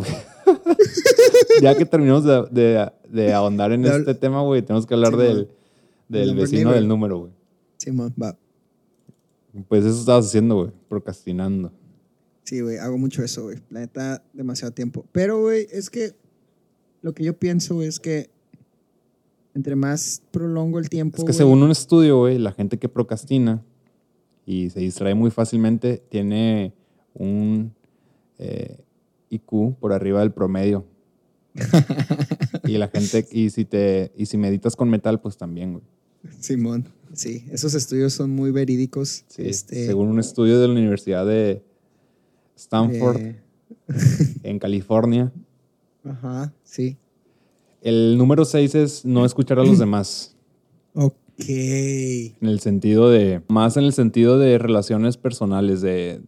Ya que terminamos de ahondar en este tema, güey, tenemos que hablar del vecino neighbor. Del número, güey. Simón, va. Pues eso estabas haciendo, güey, procrastinando. Sí, güey, hago mucho eso, güey. La neta, demasiado tiempo. Pero, güey, es que lo que yo pienso es que Entre más prolongo el tiempo, Es que güey. según un estudio, güey, la gente que procrastina y se distrae muy fácilmente tiene un IQ por arriba del promedio. Y la gente, y si meditas con metal, pues también, güey. Simón, sí, esos estudios son muy verídicos. Sí, según un estudio de la Universidad de Stanford, eh, en California, ajá, sí. el número 6 es no escuchar a los demás. Ok. En el sentido más en el sentido de relaciones personales,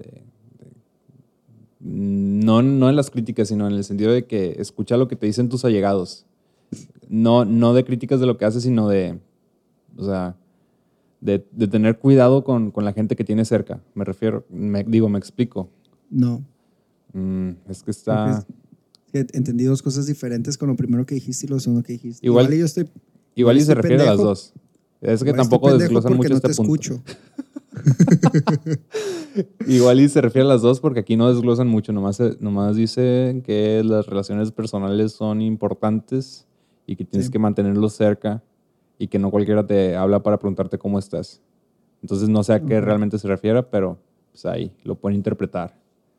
no en las críticas, sino en el sentido de que escucha lo que te dicen tus allegados. No de críticas de lo que haces, sino o sea, de tener cuidado con la gente que tienes cerca. Me refiero, me explico. No. Es que está... Creo que entendí dos cosas diferentes con lo primero que dijiste y lo segundo que dijiste. Igual y yo estoy... Igual y se estoy refiere a las pendejo. dos. Es que Igual tampoco estoy pendejo desglosan porque mucho no te este punto. escucho. Igual y se refiere a las dos porque aquí no desglosan mucho. Nomás dicen que las relaciones personales son importantes y que tienes Sí. que mantenerlos cerca y que no cualquiera te habla para preguntarte cómo estás. Entonces no sé a qué Ujú. realmente se refiere, pero pues ahí lo pueden interpretar.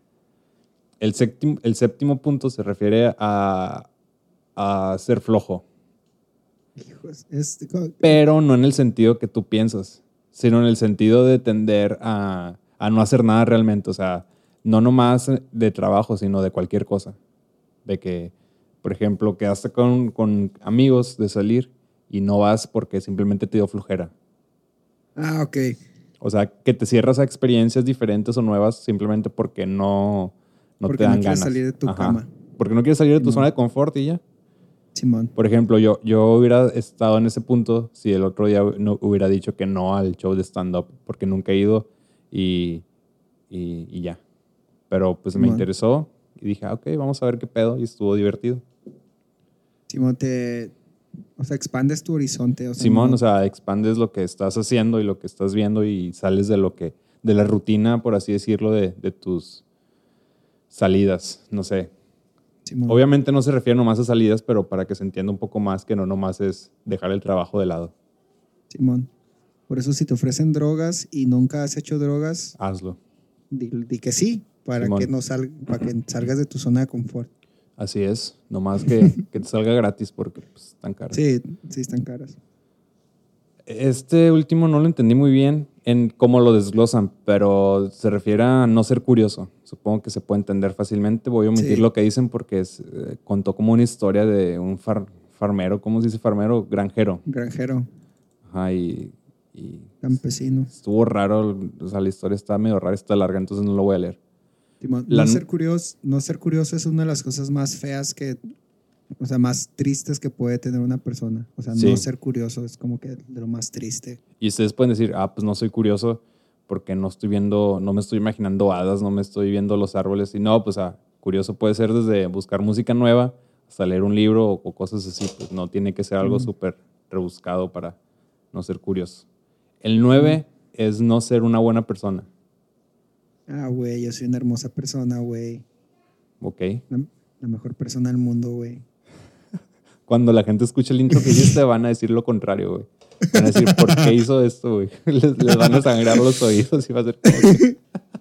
El séptimo punto se refiere a ser flojo. Hijos, Pero no en el sentido que tú piensas, sino en el sentido de tender a no hacer nada realmente. O sea, no nomás de trabajo, sino de cualquier cosa. De que, por ejemplo, quedaste con amigos de salir y no vas porque simplemente te dio flojera. ok. O sea, que te cierras a experiencias diferentes o nuevas simplemente porque no te Porque no dan quieres ganas. salir de tu Ajá. cama. Porque no quieres salir de tu Simón. zona de confort y ya. Simón. Por ejemplo, yo hubiera estado en ese punto si el otro día no hubiera dicho que no al show de stand-up, porque nunca he ido y ya. Pero pues me Simón. interesó y dije, ok, vamos a ver qué pedo, y estuvo divertido. Simón, o sea, expandes tu horizonte. O sea, Simón, no- o sea, expandes lo que estás haciendo y lo que estás viendo y sales de la rutina, por así decirlo, de tus salidas, no sé. Simón. Obviamente no se refiere nomás a salidas, pero para que se entienda un poco más que no nomás es dejar el trabajo de lado. Simón. Por eso si te ofrecen drogas y nunca has hecho drogas, Hazlo. di que sí, para Simón. que para que salgas de tu zona de confort. Así es, nomás que te salga gratis porque pues, están caras. Sí, sí están caras. Este último no lo entendí muy bien en cómo lo desglosan, pero se refiere a no ser curioso. Supongo que se puede entender fácilmente. Voy a omitir Sí. lo que dicen porque contó como una historia de un farmero, ¿cómo se dice farmero? Granjero. Granjero, Ajá, y campesino. estuvo raro, o sea, la historia está medio rara, está larga, entonces no lo voy a leer. Simón, La- no ser curioso es una de las cosas más feas o sea, más tristes que puede tener una persona. O sea, Sí. no ser curioso es como que de lo más triste. Y ustedes pueden decir, pues no soy curioso porque no me estoy imaginando hadas, no me estoy viendo los árboles. Y no, pues curioso puede ser desde buscar música nueva hasta leer un libro o cosas así. Pues no tiene que ser algo súper rebuscado para no ser curioso. El 9 es no ser una buena persona. Güey, yo soy una hermosa persona, güey. ¿Ok? La mejor persona del mundo, güey. Cuando la gente escuche el intro que hiciste van a decir lo contrario, güey. Van a decir, ¿por qué hizo esto, güey? Les van a sangrar los oídos y va a ser como que...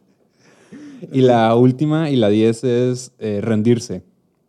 Y la última y la 10 es rendirse.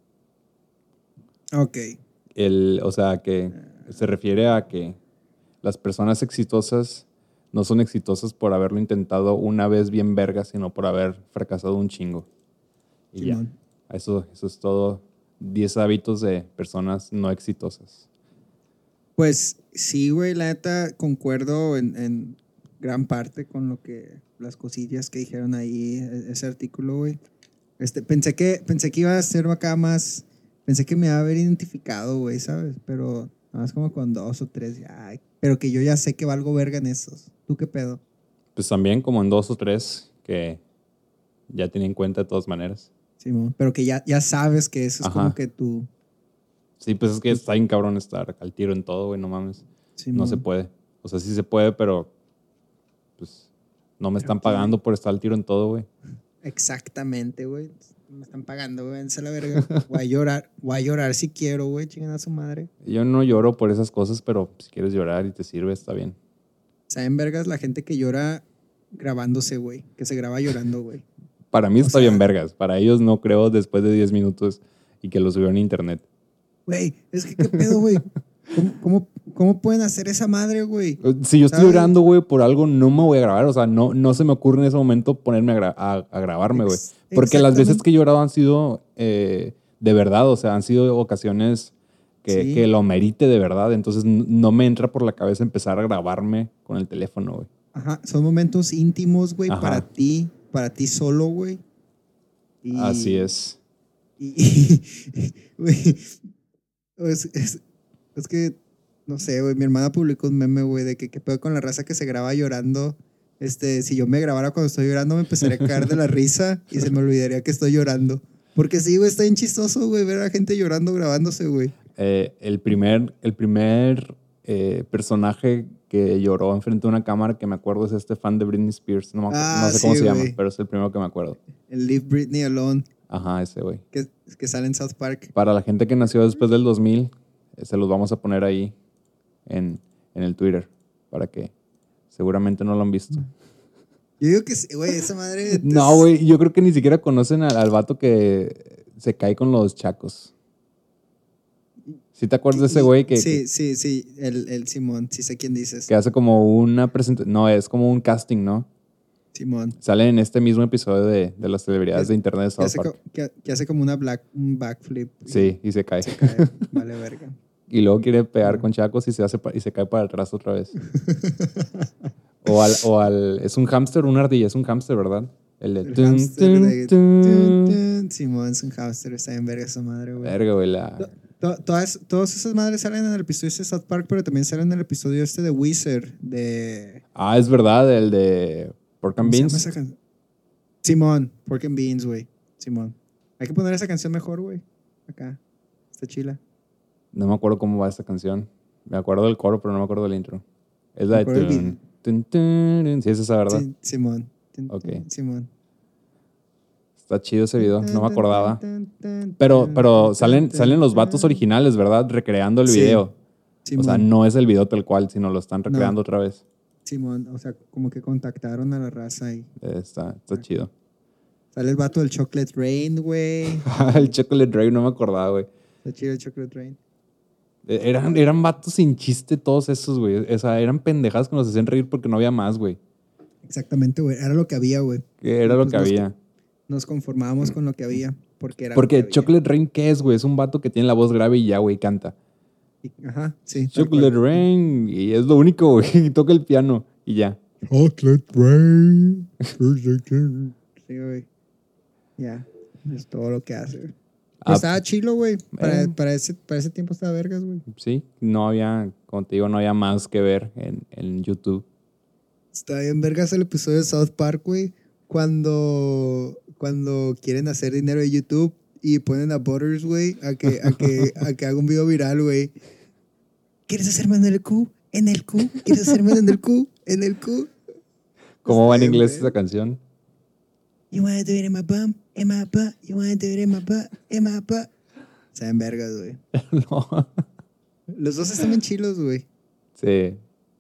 Ok. O sea, que se refiere a que las personas exitosas no son exitosas por haberlo intentado una vez bien verga, sino por haber fracasado un chingo. Y ya. Simón. Eso es todo. 10 hábitos de personas no exitosas. Pues sí, güey, la neta concuerdo en gran parte con las cosillas que dijeron ahí, ese artículo, güey. Pensé que iba a ser acá más, pensé que me iba a haber identificado, güey, ¿sabes? Pero nada más como con 2 o 3, ya, pero que yo ya sé que valgo verga en esos. ¿Tú qué pedo? Pues también como en 2 o 3 que ya tienen en cuenta de todas maneras. Simón, pero que ya sabes que eso es Ajá. como que tú. Sí, pues es que está bien cabrón estar al tiro en todo, güey, no mames. Simón. No se puede. O sea, sí se puede, pero pues no me están Pero, pagando por estar al tiro en todo, güey. Exactamente, güey. me están pagando, güey, váyanse a la verga. Voy a llorar si quiero, güey, chingan a su madre. Yo no lloro por esas cosas, pero si quieres llorar y te sirve, está bien. ¿Saben, vergas, la gente que llora grabándose, güey? Que se graba llorando, güey. Para mí O está sea- bien vergas. Para ellos no creo después de 10 minutos y que lo subieron a internet. Güey, es que qué pedo, güey. ¿Cómo pueden hacer esa madre, güey? Si yo estoy ¿Sabes? llorando, güey, por algo, no me voy a grabar. O sea, no se me ocurre en ese momento ponerme a grabarme, güey. Porque las veces que he llorado han sido de verdad. O sea, han sido ocasiones Sí. que lo merite de verdad. Entonces no me entra por la cabeza empezar a grabarme con el teléfono, güey. Ajá, son momentos íntimos, güey, Ajá. para ti solo, güey. Y- Así es. Güey, es que, no sé, güey, mi hermana publicó un meme, güey, de que qué pedo con la raza que se graba llorando. Si yo me grabara cuando estoy llorando, me empezaría a caer de la risa y se me olvidaría que estoy llorando. Porque sí, güey, está bien chistoso, güey, ver a gente llorando grabándose, güey. El primer personaje que lloró enfrente de una cámara que me acuerdo es este fan de Britney Spears. No sé cómo sí, se llama, güey. pero es el primero que me acuerdo. El Leave Britney Alone, Ajá, ese güey. que sale en South Park. Para la gente que nació después del 2000, se los vamos a poner ahí en el Twitter para que seguramente no lo han visto. Yo digo que sí, güey, esa madre... No, güey, yo creo que ni siquiera conocen al vato que se cae con los chacos. ¿Sí te acuerdas de ese güey que, Sí, el Simón, sí sé quién dices. que hace como una presentación? No, es como un casting, ¿no? Simón. Sale en este mismo episodio de las celebridades de internet de Que South hace, Park. que hace como un backflip. Sí, y se cae. Se cae, vale verga. Y luego quiere pegar con chacos y se cae para atrás otra vez. Es un hámster, una ardilla, es un hámster, ¿verdad? El de El tun, hámster tun, de... tun. Simón es un hámster, está en verga esa madre, güey. Verga, güey, Todas esas madres salen en el episodio de South Park, pero también salen en el episodio de Wizard, de... Ah, es verdad, el de Pork and ¿cómo se llama Beans. esa canción? Simón, Pork and Beans, güey. Simón. Hay que poner esa canción mejor, güey. Acá. Está chila. No me acuerdo cómo va esa canción. Me acuerdo del coro, pero no me acuerdo del intro. Es la Me acuerdo de... del tun, tun, tun. Sí, es esa, ¿verdad? Sí, Simón. Ok. Simón. Está chido ese video, no me acordaba. Pero salen los vatos originales, ¿verdad? Recreando el Sí. video. Simón. O sea, no es el video tal cual, sino lo están recreando otra vez. Simón, o sea, como que contactaron a la raza y Está chido. sale el vato del Chocolate Rain, güey. El Chocolate Drake no me acordaba, güey. Está chido el Chocolate Rain. Eran vatos sin chiste todos esos, güey. O sea, eran pendejadas que nos hacían reír porque no había más, güey. Exactamente, güey. Era lo que había, güey. Que era lo Pues que había. Nos conformábamos con lo que había. Porque era lo que Porque había. Chocolate Rain, ¿qué es, güey? Es un vato que tiene la voz grave y ya, güey, canta. Ajá, sí. tal Chocolate cual. Rain. Y es lo único, güey. Y toca el piano y ya. Chocolate Rain. Sí, güey. Ya. Es todo lo que hace, güey. Pero estaba chilo, güey. Para ese tiempo estaba vergas, güey. Sí, no había, como te digo, no había más que ver en YouTube. Está bien vergas el episodio de South Park, güey. Cuando quieren hacer dinero de YouTube y ponen a Butters, güey, a que haga un video viral, güey. ¿Quieres hacerme en el Q? ¿En el Q? ¿Quieres hacerme en el Q? ¿En el Q? ¿Cómo va en Está bien, inglés güey. esa canción? You wanna do it in my bum, in my butt. You wanna do it in my butt, in my butt. Saben vergas, güey. No. Los dos están bien chilos, güey. Sí.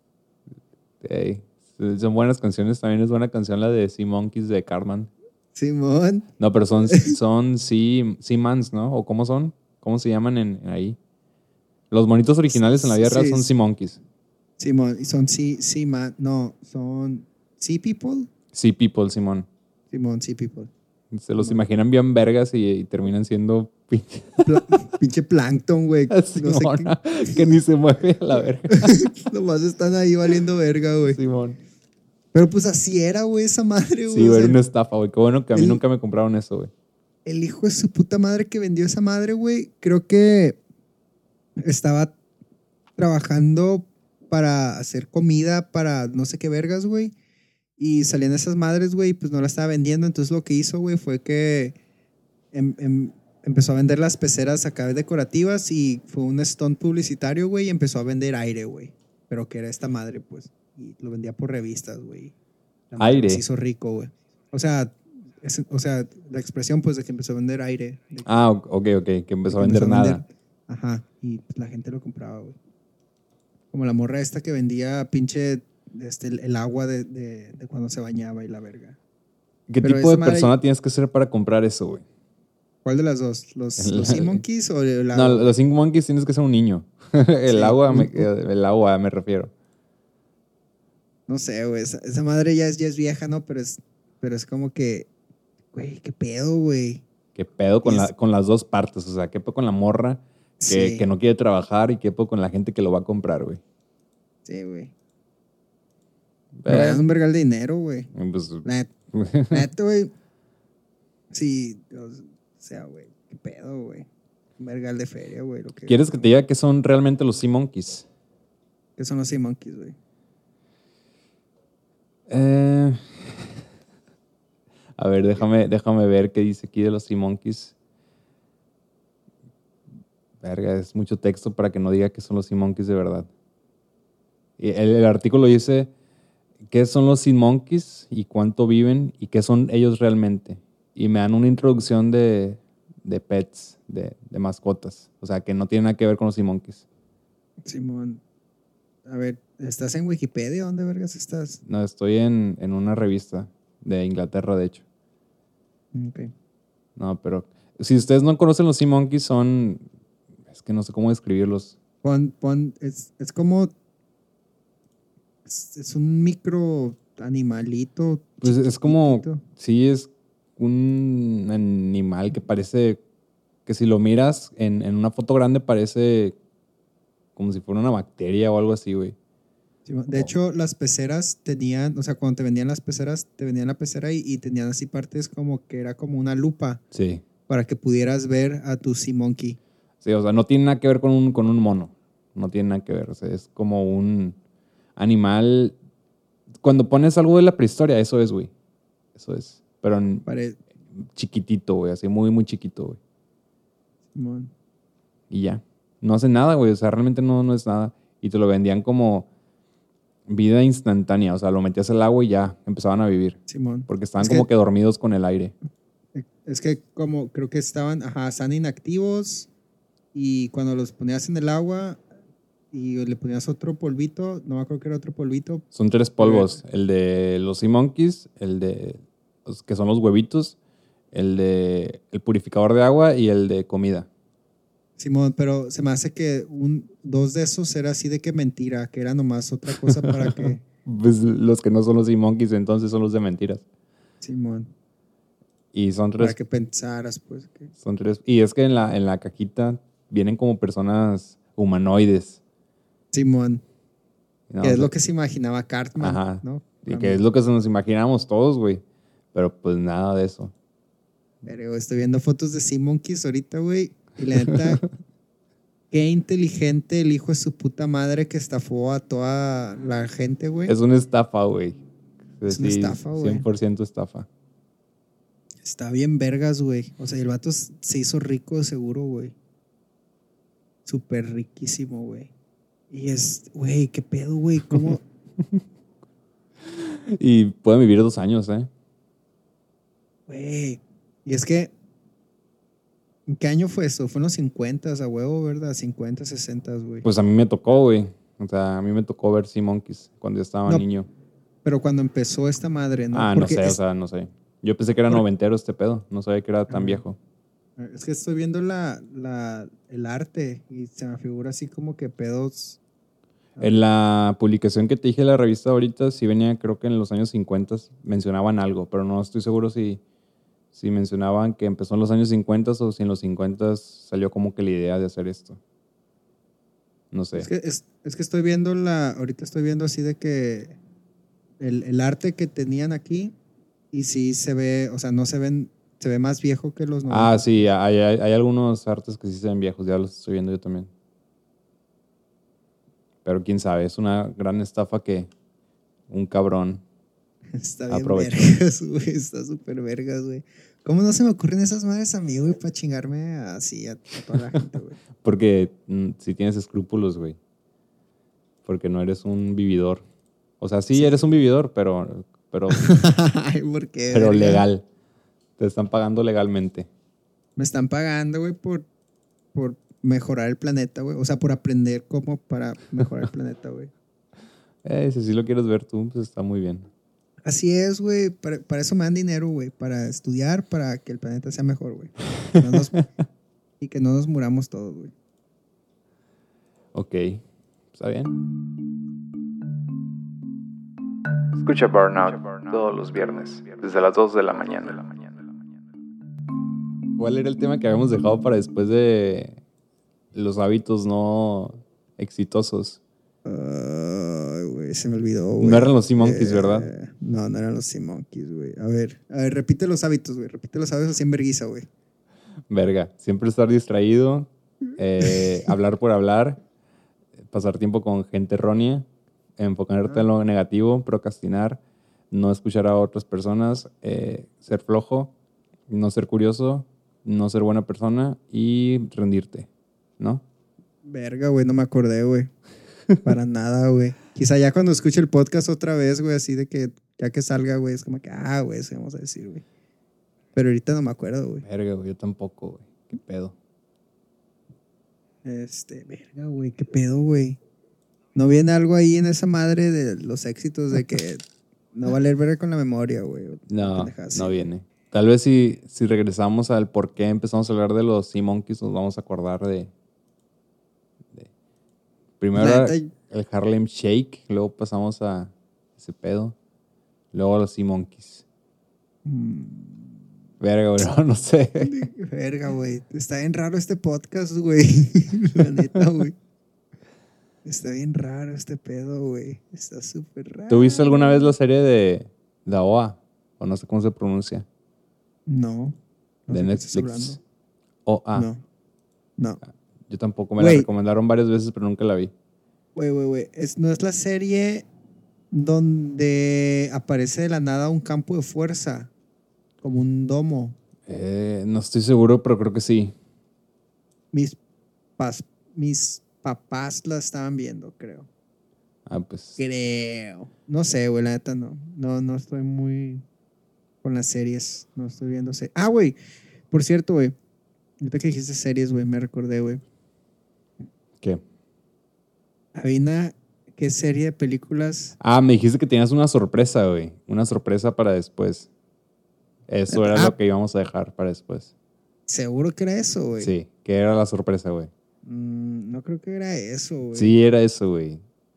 Sí. Son buenas canciones. También es buena canción la de Sea Monkeys de Cartman. Simón. No, pero son Seamans, ¿no? ¿O cómo son? ¿Cómo se llaman ahí? Los monitos originales en la vida real son Sea Monkeys. Simón. Y son man. No, son Sea People. Sea People, Simón. Simón, Sea People. Se los imaginan bien vergas y terminan siendo Pinche plancton, güey. No sé Simón, que ni se mueve a la verga. Nomás están ahí valiendo verga, güey. Simón. Pero pues así era, güey, esa madre, güey. Sí, O güey, sea, era una estafa, güey. Qué bueno que a mí el- nunca me compraron eso, güey. el hijo de su puta madre que vendió esa madre, güey, creo que estaba trabajando para hacer comida para no sé qué vergas, güey. Y salían esas madres, güey, y pues no la estaba vendiendo. Entonces lo que hizo, güey, fue que empezó a vender las peceras acá decorativas y fue un stunt publicitario, güey, y empezó a vender aire, güey. Pero que era esta madre, pues. Y lo vendía por revistas, güey. La madre Aire. Se hizo rico, güey. O sea, o sea, la expresión pues de que empezó a vender aire. De que, Ah, ok, que empezó a vender nada. Ajá, y pues, la gente lo compraba, güey. Como la morra esta que vendía pinche el agua de cuando se bañaba y la verga. ¿Qué Pero tipo de esa madre- persona tienes que ser para comprar eso, güey? ¿Cuál de las dos? ¿Los Sea Monkeys o el No, agua? los Cinco Monkeys tienes que ser un niño. El Sí, agua, el agua me refiero. No sé, güey. Esa madre ya es vieja, ¿no? Pero es como que, güey, qué pedo, güey. ¿Qué pedo con, Y es- con las dos partes? O sea, ¿qué pedo con la morra Sí, que no quiere trabajar y qué pedo con la gente que lo va a comprar, güey? sí, güey. Pero ganan un vergal de dinero, güey. Pues, La neta, güey. Sí, o sea, güey, qué pedo, güey. Un vergal de feria, güey. ¿quieres que te diga qué son realmente los Sea Monkeys? ¿Qué son los Sea Monkeys, güey? A ver, déjame ver qué dice aquí de los Sea Monkeys. Verga, es mucho texto para que no diga que son los Sea Monkeys de verdad. Y el artículo dice qué son los Sea Monkeys y cuánto viven y qué son ellos realmente. Y me dan una introducción de pets, de mascotas. O sea, que no tiene nada que ver con los Sea Monkeys. Simón. A ver, ¿estás en Wikipedia? ¿Dónde vergas estás? No, estoy en una revista de Inglaterra, de hecho. Ok. No, pero si ustedes no conocen los Sea Monkeys, son... Es que no sé cómo describirlos. Es como... Es un micro animalito. Pues es como... chiquitito. Sí, es un animal que parece... Que si lo miras en una foto grande parece como si fuera una bacteria o algo así, güey. Simón. De hecho, las peceras tenían, o sea, cuando te vendían las peceras, te vendían la pecera y tenían así partes como que era como una lupa Sí. para que pudieras ver a tu Sea Monkey. Sí, o sea, no tiene nada que ver con un mono. No tiene nada que ver. O sea, es como un animal. Cuando pones algo de la prehistoria, eso es, güey. Eso es. Pero Pare- chiquitito, güey. Así muy, muy chiquito, güey. Simón. Y ya. No hace nada, güey. O sea, realmente no es nada. Y te lo vendían como vida instantánea. O sea, lo metías al agua y ya empezaban a vivir. Simón. Porque estaban Es como que dormidos con el aire. Es que como creo que están inactivos y cuando los ponías en el agua y le ponías otro polvito, no me acuerdo que era otro polvito. Son 3 polvos. El de los Sea Monkeys, el de que son los huevitos, el de el purificador de agua y el de comida. Simón, pero se me hace que dos de esos era así de que mentira, que era nomás otra cosa para que... Pues los que no son los Sea Monkeys entonces son los de mentiras. Simón, Y son para 3. que pensaras, pues. Son 3. Y es que en la cajita vienen como personas humanoides. Simón, ¿No? que O es sea, lo que se imaginaba Cartman, ajá. ¿no? Y que es lo que se nos imaginamos todos, güey. Pero pues nada de eso. Pero estoy viendo fotos de Sea Monkeys ahorita, güey. Y la neta, qué inteligente el hijo de su puta madre que estafó a toda la gente, güey. Es una estafa, güey. Es una estafa, güey. 100% estafa. Está bien vergas, güey. O sea, el vato se hizo rico de seguro, güey. Súper riquísimo, güey. Y güey, qué pedo, güey. ¿Cómo? Y pueden vivir 2 años, ¿eh? Güey. Y es que, ¿en qué año fue eso? Fue en los 50 a huevo, ¿verdad? 50, 60, güey. Pues a mí me tocó, güey. O sea, a mí me tocó ver Sea Monkeys cuando yo estaba No, niño. Pero cuando empezó esta madre, ¿no? Ah, Porque no sé, o sea, no sé. Yo pensé que era noventero este pedo. No sabía que era tan viejo. es que estoy viendo el arte y se me figura así como que pedos. En la publicación que te dije de la revista ahorita, sí venía, creo que en los años 50 mencionaban algo, pero no estoy seguro si mencionaban que empezó en los años 50 o si en los 50 salió como que la idea de hacer esto. No sé. Es que estoy viendo ahorita estoy viendo así de que el arte que tenían aquí y sí se ve, o sea, no se ven, se ve más viejo que los 90. Ah, sí, hay algunos artes que sí se ven viejos, ya los estoy viendo yo también. Pero quién sabe, es una gran estafa que un cabrón Está bien aprovechó. vergas, güey, está súper vergas, güey. ¿Cómo no se me ocurren esas madres a mí, güey, para chingarme así a toda la gente, güey? Porque si tienes escrúpulos, güey. Porque no eres un vividor. O sea, sí eres un vividor, pero Ay, ¿por qué? pero verga? legal. Te están pagando legalmente. Me están pagando, güey, por mejorar el planeta, güey. O sea, por aprender cómo para mejorar el planeta, güey. Si sí lo quieres ver tú, pues está muy bien. Así es, güey. Para eso me dan dinero, güey. Para estudiar, para que el planeta sea mejor, güey. Y que no nos muramos todos, güey. Ok, está bien. Escucha Burnout todos los viernes, desde las 2 de la mañana. ¿Cuál era el tema que habíamos dejado para después de los hábitos no exitosos? Ay, güey, se me olvidó, güey. No eran los Sea Monkeys, ¿verdad? No eran los Sea Monkeys, güey. A ver, repite los hábitos, güey. Repite los hábitos así en vergüenza, güey. Verga, siempre estar distraído, hablar por hablar, pasar tiempo con gente errónea, enfocarte en lo negativo, procrastinar, no escuchar a otras personas, ser flojo, no ser curioso, no ser buena persona y rendirte, ¿no? Verga, güey, no me acordé, güey. Para nada, güey. Quizá ya cuando escuche el podcast otra vez, güey, así de que ya que salga, güey, es como que, güey, eso vamos a decir, güey. Pero ahorita no me acuerdo, güey. Verga, güey, yo tampoco, güey. ¿Qué pedo? Verga, güey, qué pedo, güey. ¿No viene algo ahí en esa madre de los éxitos de que no valer verga con la memoria, güey? No, no viene. Tal vez si regresamos al por qué empezamos a hablar de los Sea Monkeys, nos vamos a acordar de primero era el Harlem Shake, luego pasamos a ese pedo, luego a los Sea Monkeys. Verga, güey, no sé. Verga, güey. Está bien raro este podcast, güey. La neta, güey. Está bien raro este pedo, güey. Está súper raro. ¿Tú viste alguna vez la serie de OA? O no sé cómo se pronuncia. No. De Netflix. OA. No. Yo tampoco. Me la recomendaron varias veces, pero nunca la vi. Güey. ¿No es la serie donde aparece de la nada un campo de fuerza? Como un domo. No estoy seguro, pero creo que sí. Mis papás la estaban viendo, creo. Pues. Creo. No sé, güey, la neta no. No estoy muy con las series. No estoy viendo series. Güey. Por cierto, güey. Ahorita que dijiste series, güey, me recordé, güey. ¿Qué? Había ¿qué serie de películas? Me dijiste que tenías una sorpresa, güey. Una sorpresa para después. Eso era lo que íbamos a dejar para después. ¿Seguro que era eso, güey? Sí, que era la sorpresa, güey. No creo que era eso, güey. Sí, era eso, güey.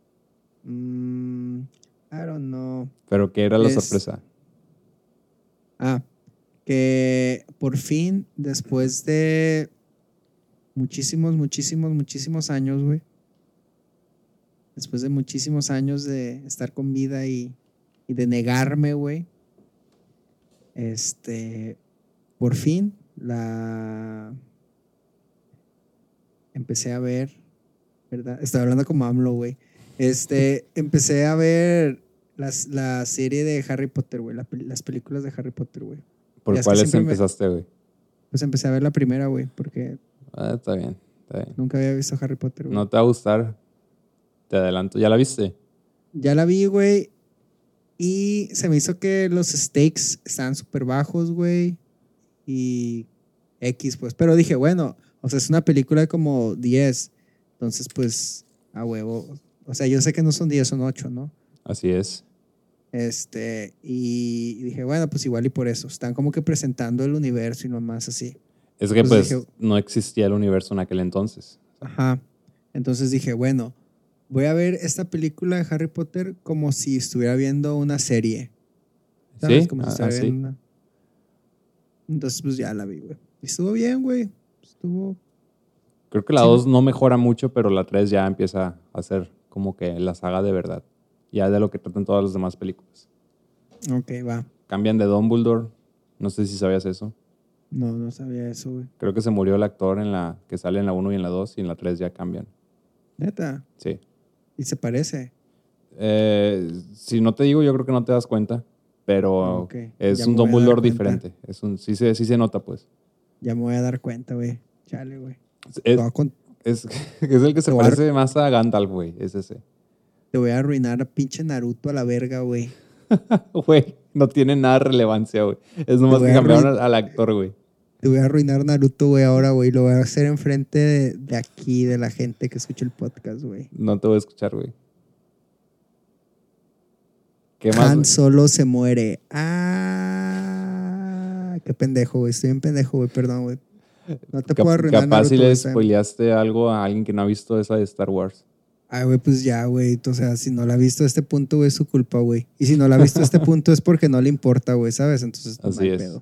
I don't know. ¿Pero qué era la sorpresa? Que por fin, después de muchísimos años, güey. Después de muchísimos años de estar con vida y de negarme, güey. Por fin empecé a ver, ¿verdad? Estaba hablando como AMLO, güey. Empecé a ver la serie de Harry Potter, güey. Las películas de Harry Potter, güey. ¿Por cuáles empezaste, güey? Pues empecé a ver la primera, güey, porque... Está bien. Nunca había visto Harry Potter, güey. No te va a gustar. Te adelanto. ¿Ya la viste? Ya la vi, güey. Y se me hizo que los stakes estaban súper bajos, güey. Y X, pues. Pero dije, bueno, o sea, es una película de como 10. Entonces, pues, a huevo. O sea, yo sé que no son 10, son 8, ¿no? Así es. Y dije, bueno, pues igual y por eso. Están como que presentando el universo y nomás así. Es que entonces pues dije, no existía el universo en aquel entonces. Ajá. Entonces dije, bueno, voy a ver esta película de Harry Potter como si estuviera viendo una serie. ¿Sabes? ¿Sí? Como si estuviera viendo una... Entonces, pues ya la vi, güey. Y estuvo bien, güey. Creo que la 2 no mejora mucho, pero la 3 ya empieza a ser como que la saga de verdad. Ya de lo que tratan todas las demás películas. Ok, va. Cambian de Dumbledore. No sé si sabías eso. No sabía eso, güey. Creo que se murió el actor en la que sale en la 1 y en la 2 y en la 3 ya cambian. ¿Neta? Sí. ¿Y se parece? Si no te digo, yo creo que no te das cuenta. Pero es ya un Dumbledore diferente. Sí se nota, pues. Ya me voy a dar cuenta, güey. Chale, güey. Es el que se parece más a Gandalf, güey. Es ese. Te voy a arruinar a pinche Naruto a la verga, güey. Güey, No tiene nada de relevancia, güey. Es nomás Te voy que a cambiaron arruin- al actor, güey. Te voy a arruinar Naruto, güey, ahora, güey. Lo voy a hacer enfrente de aquí, de la gente que escucha el podcast, güey. No te voy a escuchar, güey. ¿Qué más? Han güey? Solo se muere. Ah, qué pendejo, güey. Estoy bien pendejo, güey. Perdón, güey. No te puedo arruinar Capaz Naruto, si le güey. spoileaste algo a alguien que no ha visto esa de Star Wars. Ay, güey, pues ya, güey. O sea, si no la ha visto a este punto, güey, es su culpa, güey. Y si no la ha visto a este punto es porque no le importa, güey, ¿sabes? Entonces, pues, Así no hay es. pedo.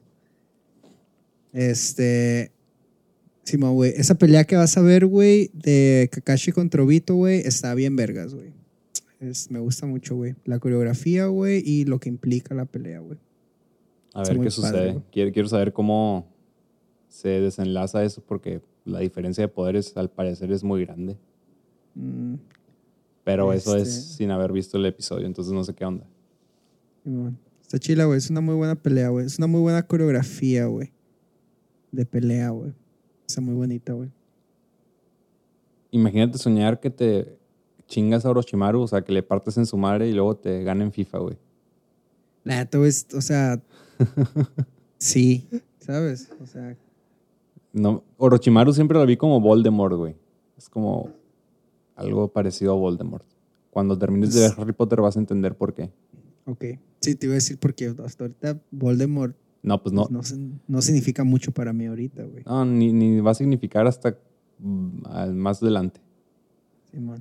Simón, güey. Esa pelea que vas a ver, güey, de Kakashi contra Obito, güey, está bien vergas, güey. Me gusta mucho, güey. La coreografía, güey, y lo que implica la pelea, güey. A Está ver muy qué padre, sucede. güey. Quiero saber cómo se desenlaza eso porque la diferencia de poderes al parecer es muy grande. Mm, Pero eso es Este- sin haber visto el episodio, entonces no sé qué onda. Simón. Está chila, güey. Es una muy buena pelea, güey. Es una muy buena coreografía, güey. De pelea, güey. Está muy bonita, güey. Imagínate soñar que te chingas a Orochimaru, o sea, que le partes en su madre y luego te gana en FIFA, güey. La neta, güey, o sea, sí, ¿sabes? O sea, No, Orochimaru siempre lo vi como Voldemort, güey. Es como algo parecido a Voldemort. Cuando termines de ver Harry Potter vas a entender por qué. ok. Sí, te iba a decir porque hasta ahorita Voldemort No, pues no. no significa mucho para mí ahorita, güey. No, ni va a significar hasta más adelante. Simón.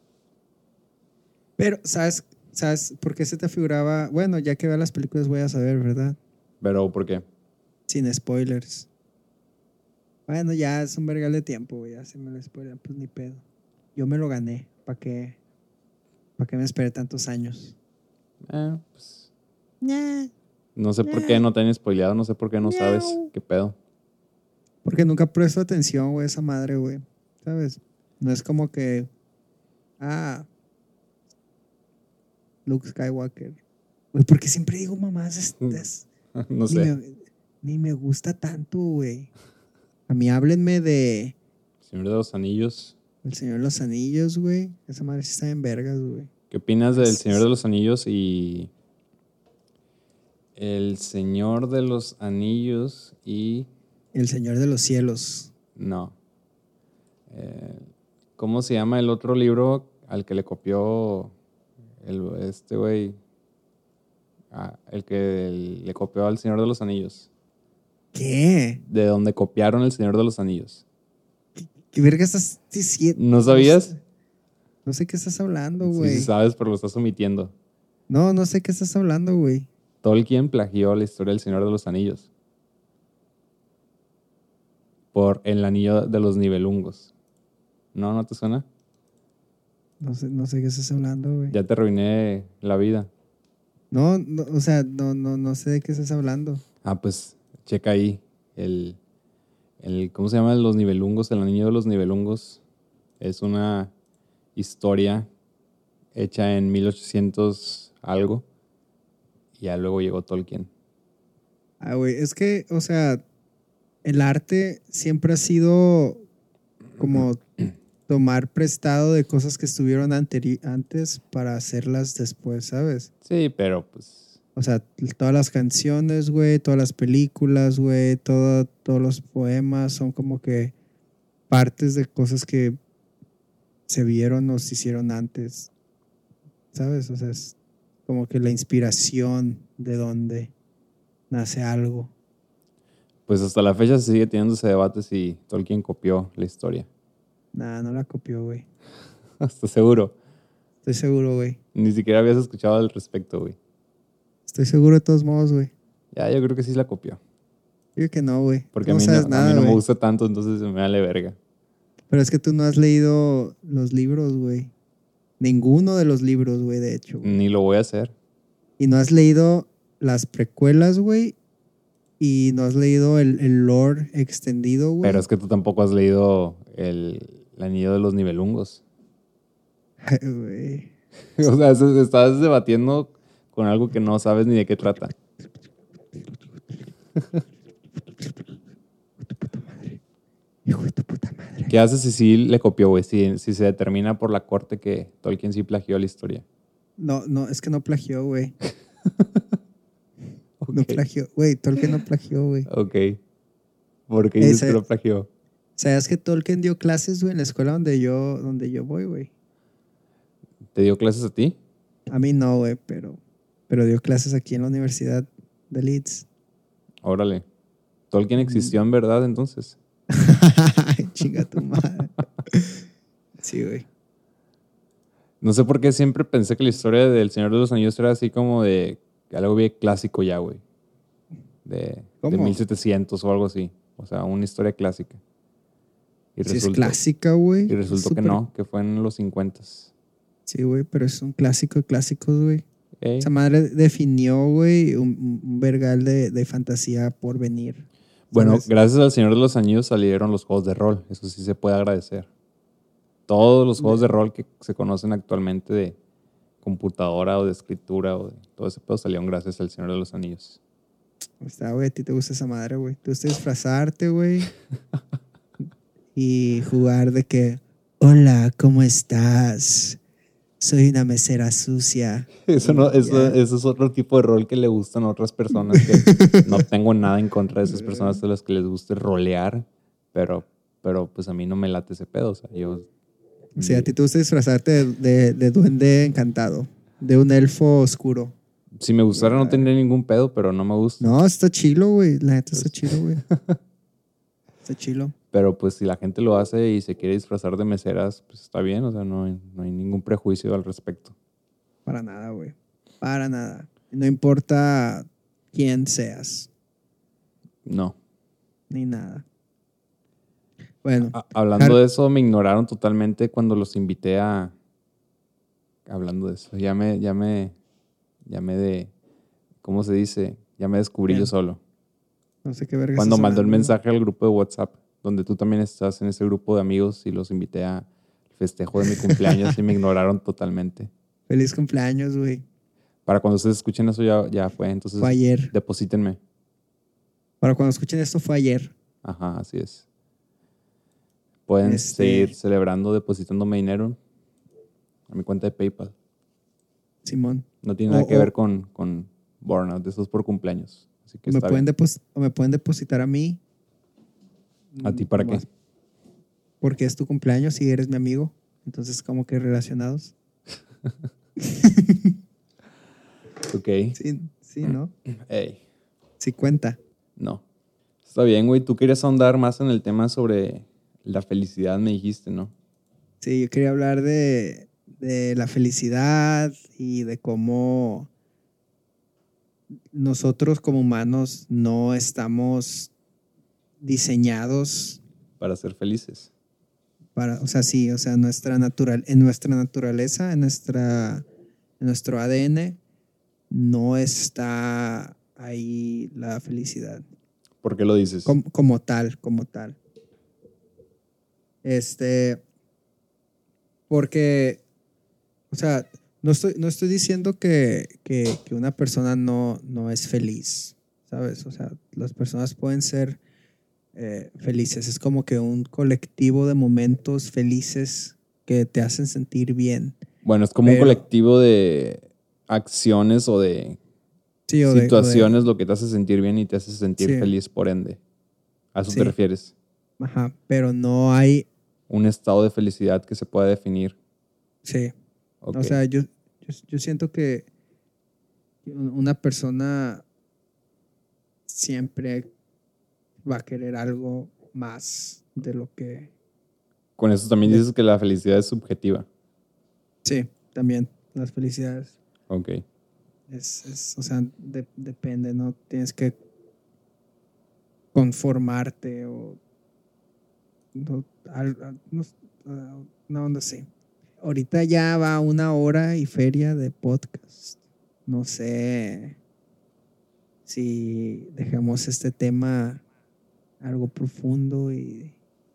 Pero, ¿sabes por qué se te figuraba? Bueno, ya que veas las películas voy a saber, ¿verdad? Pero ¿por qué? Sin spoilers. Bueno, ya es un vergal de tiempo, güey. Ya se me lo spoilean, pues ni pedo. Yo me lo gané. ¿Para qué me esperé tantos años? Pues, Nah, no sé por qué no te han spoileado, no sé por qué no sabes qué pedo. porque nunca presto atención, güey, esa madre, güey. ¿Sabes? No es como que. Luke Skywalker. Güey, porque siempre digo mamás, No sé. Ni me gusta tanto, güey. A mí háblenme de Señor de los Anillos. El Señor de los Anillos, güey. Esa madre sí está en vergas, güey. ¿Qué opinas del Señor de los Anillos y El Señor de los Anillos y... El Señor de los Cielos. No. ¿Cómo se llama el otro libro al que le copió este güey? El que le copió al Señor de los Anillos. ¿Qué? De donde copiaron el Señor de los Anillos. ¿Qué verga estás diciendo? ¿No sabías? No sé qué estás hablando, Sí, güey. sí sabes, pero lo estás omitiendo. No sé qué estás hablando, güey. Tolkien plagió la historia del Señor de los Anillos por El Anillo de los Nibelungos. ¿No te suena? No sé qué estás hablando, güey. Ya te arruiné la vida. O sea, no sé de qué estás hablando. Pues checa ahí ¿cómo se llama? Los Nibelungos, El Anillo de los Nibelungos. Es una historia hecha en 1800 algo. Y ya luego llegó Tolkien. Güey, es que, o sea, el arte siempre ha sido como tomar prestado de cosas que estuvieron antes para hacerlas después, ¿sabes? Sí, pero pues... O sea, todas las canciones, güey, todas las películas, güey, todos los poemas son como que partes de cosas que se vieron o se hicieron antes, ¿sabes? O sea, es como que la inspiración de donde nace algo. Pues hasta la fecha se sigue teniendo ese debate si Tolkien copió la historia. Nah, no la copió, güey. ¿Estás seguro? Estoy seguro, güey. Ni siquiera habías escuchado al respecto, güey. Estoy seguro de todos modos, güey. Ya, yo creo que sí la copió. Digo que no, güey. Porque No a mí, sabes a nada, mí no me güey. gusta tanto, entonces me vale verga. Pero es que tú no has leído los libros, güey. Ninguno de los libros, güey, de hecho. Güey. Ni lo voy a hacer. Y no has leído las precuelas, güey. Y no has leído el lore extendido, güey. Pero es que tú tampoco has leído el Anillo de los Nibelungos. Ay, güey. O sea, estás debatiendo con algo que no sabes ni de qué trata. Hijo de tu puta madre. ¿Qué haces si sí le copió, güey? Si se determina por la corte que Tolkien sí plagió la historia. No, es que no plagió, güey. No plagió. Güey, Tolkien no plagió, güey. Ok. ¿Por qué dices que lo plagió? ¿Sabes que Tolkien dio clases, güey, en la escuela donde yo voy, güey? ¿Te dio clases a ti? A mí no, güey, pero dio clases aquí en la Universidad de Leeds. Órale. ¿Tolkien existió en verdad entonces? Chinga tu madre. Sí, güey. No sé por qué siempre pensé que la historia del Señor de los Anillos era así como de algo bien clásico ya, güey. De ¿Cómo? 1700 o algo así. O sea, una historia clásica. Y Sí, es clásica, güey. Y resultó que no, que fue en los 50. Sí, güey, pero es un clásico de clásicos, güey. Ey. Esa madre definió, güey, un vergal de fantasía por venir. Bueno, ¿sabes? gracias al Señor de los Anillos salieron los juegos de rol. Eso sí se puede agradecer. Todos los juegos de rol que se conocen actualmente de computadora o de escritura o de todo ese pedo salieron gracias al Señor de los Anillos. Está, güey, a ti te gusta esa madre, güey. Te gusta disfrazarte, güey. Y jugar de que, hola, ¿cómo estás? Soy una mesera sucia. Eso es otro tipo de rol que le gustan a otras personas. Que no tengo nada en contra de esas personas a las que les guste rolear, pero pues a mí no me late ese pedo. O sea, O sea, a ti te gusta disfrazarte de duende encantado, de un elfo oscuro. Si me gustara no tendría ningún pedo, pero no me gusta. No, está chilo, güey. La neta está chilo, güey. Está chilo. Pero pues si la gente lo hace y se quiere disfrazar de meseras, pues está bien. O sea, no hay ningún prejuicio al respecto. Para nada, güey. Para nada. No importa quién seas, No. ni nada. Bueno. Hablando de eso, me ignoraron totalmente cuando los invité a... Hablando de eso, ya me de... ¿Cómo se dice? Ya me descubrí Bien. yo solo. No sé qué verga. Cuando estás mandó el hablando. mensaje al grupo de WhatsApp, donde tú también estás en ese grupo de amigos y los invité al festejo de mi cumpleaños y me ignoraron totalmente. Feliz cumpleaños, güey. Para cuando ustedes escuchen eso ya fue, entonces Fue ayer. deposítenme. Para cuando escuchen esto fue ayer. Ajá, así es. Pueden seguir celebrando depositándome dinero a mi cuenta de PayPal. Simón. No tiene nada que ver con Burnout, eso es por cumpleaños. Así que me está pueden bien. o me pueden depositar a mí. ¿A ti para qué? Porque es tu cumpleaños y eres mi amigo. Entonces, como que relacionados. Ok. Sí, ¿no? Ey. Sí cuenta. No. Está bien, güey. Tú querías ahondar más en el tema sobre la felicidad, me dijiste, ¿no? Sí, yo quería hablar de la felicidad y de cómo nosotros como humanos no estamos diseñados para ser felices. O sea, sí, o sea, en nuestra naturaleza, en nuestro ADN, no está ahí la felicidad. ¿Por qué lo dices? Como tal. Porque, o sea, no estoy diciendo que una persona no es feliz, ¿sabes? O sea, las personas pueden ser felices. Es como que un colectivo de momentos felices que te hacen sentir bien. Bueno, es como un colectivo de acciones o de situaciones lo que te hace sentir bien y te hace sentir feliz por ende. ¿A eso te refieres? Ajá, pero no hay un estado de felicidad que se pueda definir. Sí. Okay. O sea, yo siento que una persona siempre va a querer algo más de lo que... Con eso también dices que la felicidad es subjetiva. Sí, también, las felicidades. Ok. O sea, depende, ¿no? Tienes que conformarte o... una onda así. Ahorita ya va 1 hora y feria de podcast. No sé si dejamos este tema algo profundo e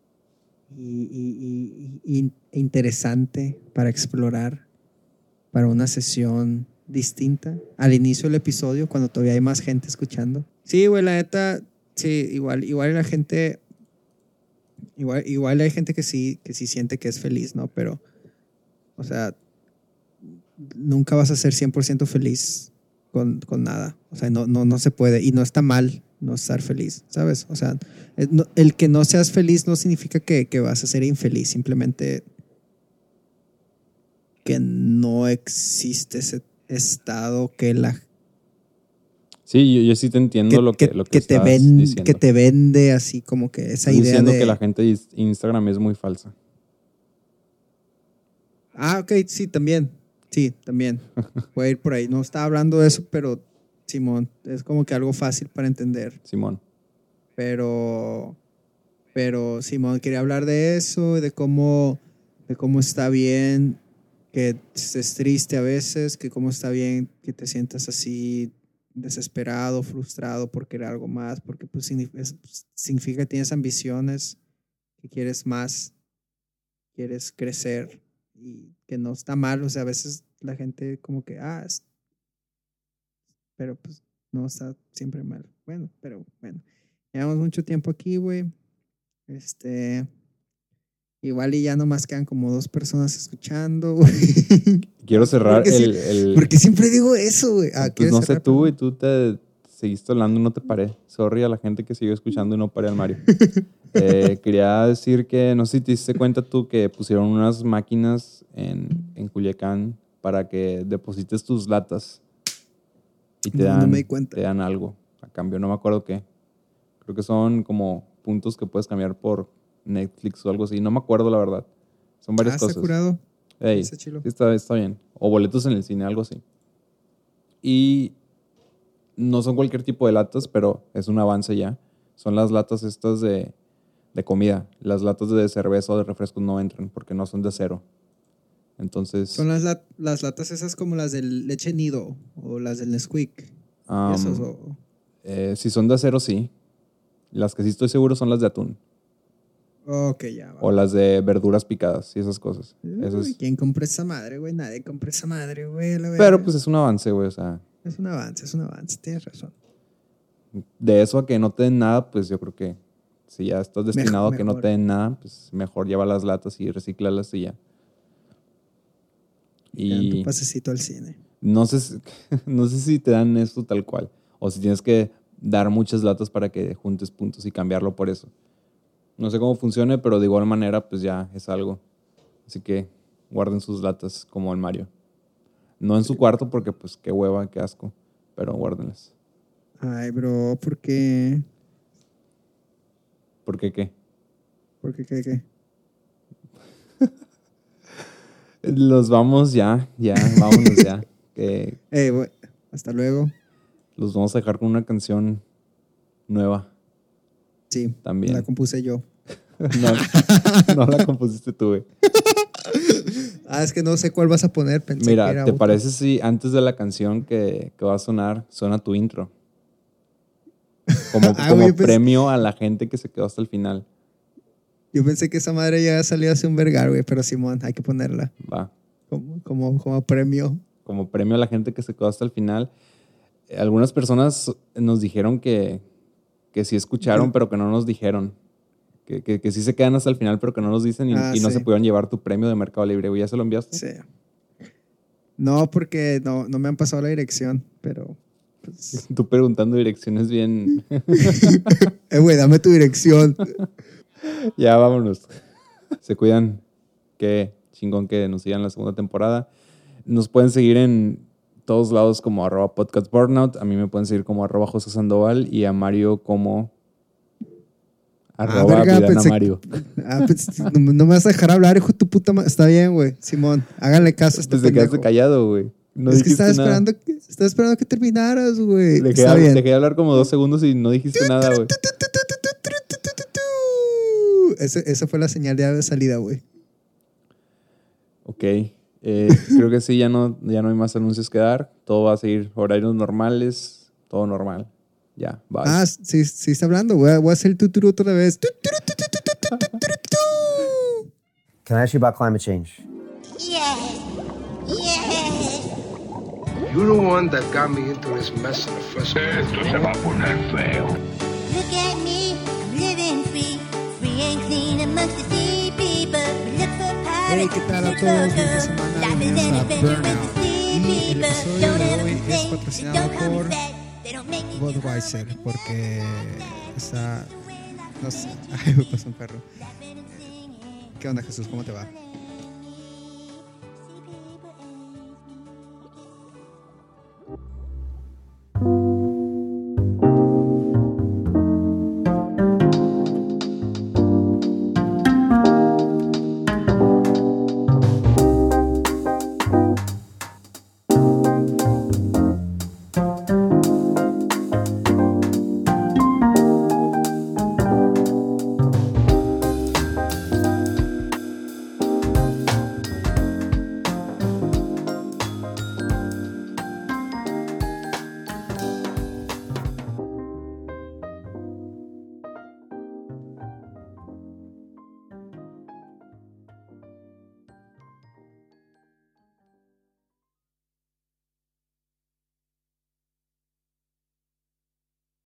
interesante para explorar para una sesión distinta al inicio del episodio cuando todavía hay más gente escuchando. Sí, güey, la neta, sí, igual la gente, igual hay gente que sí siente que es feliz, ¿no? Pero, o sea, nunca vas a ser 100% feliz con nada. O sea, no se puede. Y no está mal no estar feliz, ¿sabes? O sea, el que no seas feliz no significa que vas a ser infeliz. Simplemente que no existe ese estado que la... Sí, yo sí te entiendo lo que estás diciendo. Que te vende así como que esa Estoy idea diciendo de... que la gente de Instagram es muy falsa. Ah, ok, sí, también. Sí, también. Voy a ir por ahí. No estaba hablando de eso, pero Simón, es como que algo fácil para entender. Simón. Pero Simón, quería hablar de eso, de cómo está bien que estés triste a veces, que cómo está bien que te sientas así desesperado, frustrado por querer algo más, porque pues significa que tienes ambiciones, que quieres más, quieres crecer y que no está mal. O sea, a veces la gente como que, pero pues no está siempre mal. Bueno, pero bueno, llevamos mucho tiempo aquí, güey. Igual y ya nomás quedan como 2 personas escuchando, güey. Quiero cerrar porque siempre digo eso, güey. Pues no sé tú, güey, tú te seguiste hablando y no te paré. Sorry a la gente que siguió escuchando y no paré al Mario. Quería decir que, no sé si te diste cuenta tú que pusieron unas máquinas en Culiacán para que deposites tus latas y no me di cuenta. te dan algo a cambio. No me acuerdo qué. Creo que son como puntos que puedes cambiar por Netflix o algo así. No me acuerdo la verdad. Son varias cosas. Está curado. Ey, Está chilo. Está bien. O boletos en el cine, algo así. Y no son cualquier tipo de latas, pero es un avance ya. Son las latas estas de comida. Las latas de cerveza o de refrescos no entran porque no son de acero. Entonces... Son las latas esas como las del leche nido o las del Nesquik. Si son de acero, sí. Las que sí estoy seguro son las de atún. Ok, ya va. O las de verduras picadas y esas cosas. ¿Quién compra esa madre, güey? Nadie compra esa madre, güey. Pero pues es un avance, güey. O sea, es un avance. Tienes razón. De eso a que no te den nada, pues yo creo que si ya estás destinado a que no te den nada, pues mejor lleva las latas y recíclalas y ya. Y dan tu pasecito al cine. No sé si te dan esto tal cual. O si tienes que dar muchas latas para que juntes puntos y cambiarlo por eso. No sé cómo funcione, pero de igual manera, pues ya es algo. Así que guarden sus latas como el Mario. No en su cuarto porque, pues, qué hueva, qué asco. Pero guárdenlas. Ay, bro, ¿por qué? ¿Por qué qué? ¿Por qué qué? Los vamos vámonos ya. Güey, hasta luego. Los vamos a dejar con una canción nueva. Sí, también. La compuse yo. no la compusiste tú, güey. Es que no sé cuál vas a poner. Pensé Mira, que era ¿te otra. parece si antes de la canción que va a sonar, suena tu intro? Como güey, premio a la gente que se quedó hasta el final. Yo pensé que esa madre ya salió hace un vergar, güey, pero Simón, hay que ponerla. Va. Como premio. Como premio a la gente que se quedó hasta el final. Algunas personas nos dijeron que sí escucharon, pero que no nos dijeron. Que sí se quedan hasta el final, pero que no nos dicen y no se pudieron llevar tu premio de Mercado Libre. ¿Ya se lo enviaste? Sí. No, porque no me han pasado la dirección, pero... Pues... Tú preguntando direcciones bien... Güey, dame tu dirección. Ya, vámonos. Se cuidan. Qué chingón que nos sigan la segunda temporada. Nos pueden seguir en todos lados como @podcastburnout. A mí me pueden seguir como @José Sandoval y a Mario como @Mario. No me vas a dejar hablar, hijo de tu puta madre. Está bien, güey. Simón, háganle caso a este pendejo. Te quedaste callado, güey. No es que estaba esperando que terminaras, güey. Dejé de hablar como 2 segundos y no dijiste nada, güey. Esa fue la señal de salida, güey. Ok. Creo que sí, ya no hay más anuncios que dar. Todo va a seguir horarios normales. Todo normal. Ya, bye. Sí está hablando. Voy a hacer el tuturu otra vez. Can I ask you about climate change? Yes. You're the one that got me into this mess in the first place. Esto se va a poner feo. Look at me, living free and clean amongst the sea people. Look for Hey, ¿qué tal a todos? Esta semana bienvenidos a Burnout. Y el episodio de hoy es patrocinado por Budweiser, porque está... No sé, ay, me pasó un perro. ¿Qué onda, Jesús? ¿Cómo te va?